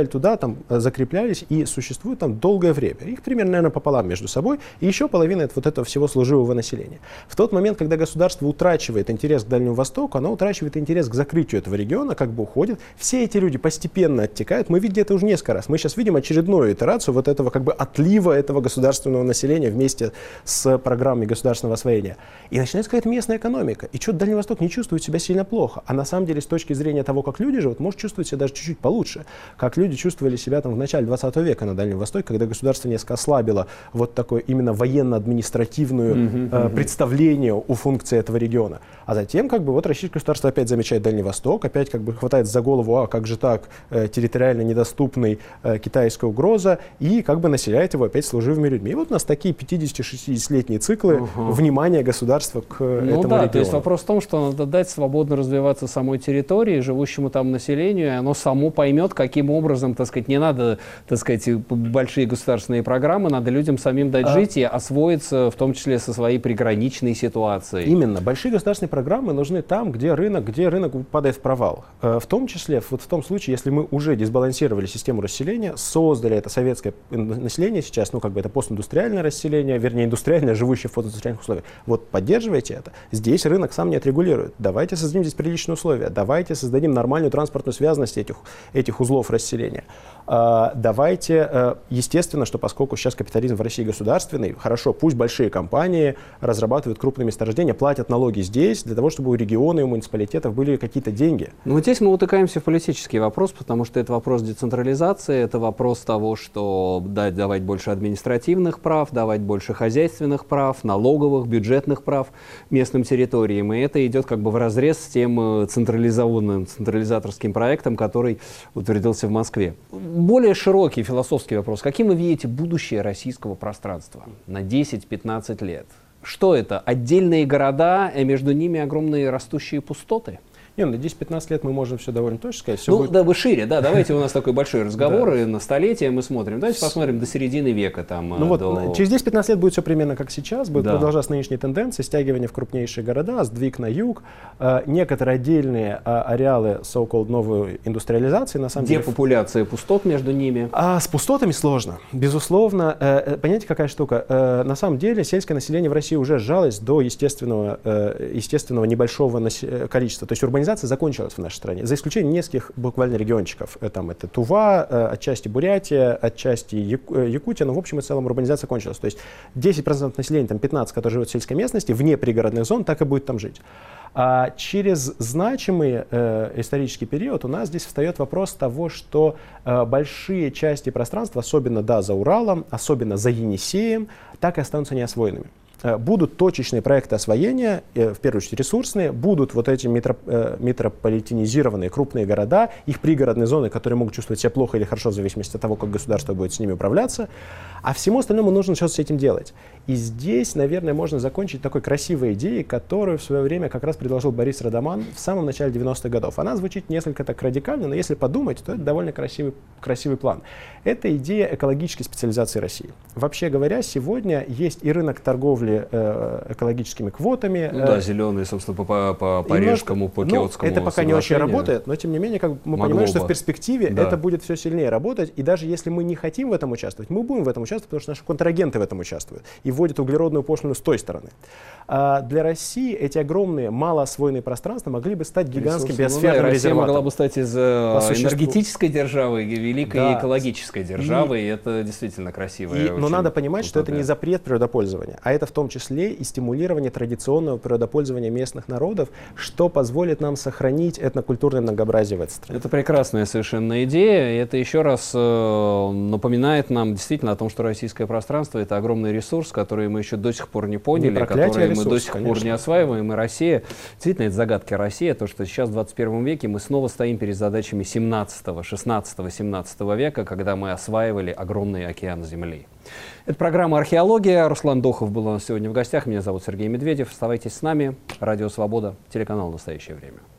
там закреплялись и существуют там долгое время. Их примерно, наверное, пополам между собой, и еще половина от вот этого всего служивого населения. В тот момент, когда государство утрачивает интерес к Дальнему Востоку, оно утрачивает интерес к закрытию этого региона, как бы уходит. Все эти люди постепенно оттекают. Мы видели это уже несколько раз. Мы сейчас видим очередную итерацию вот этого как бы отлива этого государственного населения вместе с программой государственного освоения. И начинается какая-то местная экономика. И что-то Дальний Восток не чувствует себя сильно плохо. А на самом деле, с точки зрения того, как люди живут, может чувствовать себя даже чуть-чуть получше. Как люди чувствовали себя там в начале двадцатого века на Дальнем Востоке, когда государство несколько ослабило вот такое именно военно-административное mm-hmm, э, mm-hmm. представление у функции этого региона. А затем как бы вот российское государство опять замечает Дальний Восток, опять как бы хватает за голову, а как же так, э, территориально недоступный э, китайская угроза, и как бы населяет его опять служивыми людьми. И вот у нас такие пятидесяти-шестидесятилетние циклы uh-huh. внимания государства к ну, этому да, региону. То есть вопрос в том, что надо дать свободно развиваться самой территории, живущему там населению, и оно само поймет, каким образом, так сказать, не надо, так сказать, большие государственные программы, надо людям самим дать а... жить и освоиться, в том числе со своей приграничной ситуацией. Именно. Большие государственные программы нужны там, где рынок, где рынок падает в провал. В том числе, вот в том случае, если мы уже дисбалансировали систему расселения, создали это советское население сейчас, ну как бы это постиндустриальное расселение, вернее индустриальное, живущее в постиндустриальных условиях. Вот поддерживайте это. Здесь рынок сам не отрегулирует. Давайте создадим здесь приличные условия. Давайте создадим нормальную транспортную связанность этих, этих узлов расселения. А, давайте, а, естественно, что поскольку сейчас капитализм в России государственный, хорошо, пусть большие компании разрабатывают крупные месторождения, платят налоги здесь, для того, чтобы у региона и у муниципалитетов были какие-то деньги. Ну вот здесь мы утыкаемся в политический вопрос, потому что это вопрос децентрализации, это вопрос того, что дать, давать больше административных прав, давать больше хозяйственных прав, налоговых, бюджетных прав местным территориям. И это идет как бы вразрез с тем централизованным, централизаторским проектом, который утвердился в Москве. Более широкий философский вопрос. Каким вы видите будущее российского пространства на десять-пятнадцать лет? Что это? Отдельные города, и между ними огромные растущие пустоты? Не, на десять-пятнадцать лет мы можем все довольно точно сказать. Ну, будет... да, вы шире, да, давайте у нас такой большой разговор, и на столетие мы смотрим. Давайте посмотрим до середины века. Там, ну вот, до... через десять-пятнадцать лет будет все примерно как сейчас, будет да. продолжаться нынешние тенденции, стягивание в крупнейшие города, сдвиг на юг, э, некоторые отдельные э, ареалы so-called новой индустриализации, на самом деле. Депопуляция пустот между ними. А с пустотами сложно, безусловно. Э, понимаете, какая штука? Э, на самом деле сельское население в России уже сжалось до естественного, э, естественного небольшого нас- количества. То есть урбанизация закончилась в нашей стране, за исключением нескольких буквально региончиков. Там это Тува, отчасти Бурятия, отчасти Яку- Якутия, но в общем и целом урбанизация кончилась. То есть десять процентов населения, там пятнадцать процентов, которые живут в сельской местности, вне пригородных зон, так и будет там жить. А через значимый э, исторический период у нас здесь встает вопрос того, что э, большие части пространства, особенно да, за Уралом, особенно за Енисеем, так и останутся неосвоенными. Будут точечные проекты освоения, в первую очередь ресурсные, будут вот эти метроп, метрополитенизированные крупные города, их пригородные зоны, которые могут чувствовать себя плохо или хорошо в зависимости от того, как государство будет с ними управляться, а всему остальному нужно что-то с этим делать. И здесь, наверное, можно закончить такой красивой идеей, которую в свое время как раз предложил Борис Радаман в самом начале девяностых годов. Она звучит несколько так радикально, но если подумать, то это довольно красивый, красивый план. Это идея экологической специализации России. Вообще говоря, сегодня есть и рынок торговли экологическими квотами. Ну да, зеленые, собственно, по, по парижскому, по киотскому. Это пока не очень работает, но тем не менее, как мы Могло понимаем, бы. что в перспективе да. это будет все сильнее работать. И даже если мы не хотим в этом участвовать, мы будем в этом участвовать, потому что наши контрагенты в этом участвуют и вводят углеродную пошлину с той стороны. А для России эти огромные, малоосвоенные пространства могли бы стать гигантским биосферным ну, да, резерватом. Россия могла бы стать из энергетической державы, великой да. экологической державы, и, и это действительно красиво. И, но надо понимать, что это не запрет природопользования, а это в том числе и стимулирование традиционного природопользования местных народов, что позволит нам сохранить этнокультурное многообразие в этой стране. Это прекрасная совершенно идея, и это еще раз э, напоминает нам действительно о том, что российское пространство — это огромный ресурс, который мы еще до сих пор не поняли, не который ресурс, мы до сих конечно. пор не осваиваем. И Россия, действительно, это загадки России, то, что сейчас в двадцать первом веке мы снова стоим перед задачами семнадцатого, шестнадцатого, семнадцатого века, когда мы осваивали огромный океан Земли. Это программа «Археология». Руслан Дохов был у нас сегодня в гостях. Меня зовут Сергей Медведев. Оставайтесь с нами. Радио «Свобода», телеканал «Настоящее время».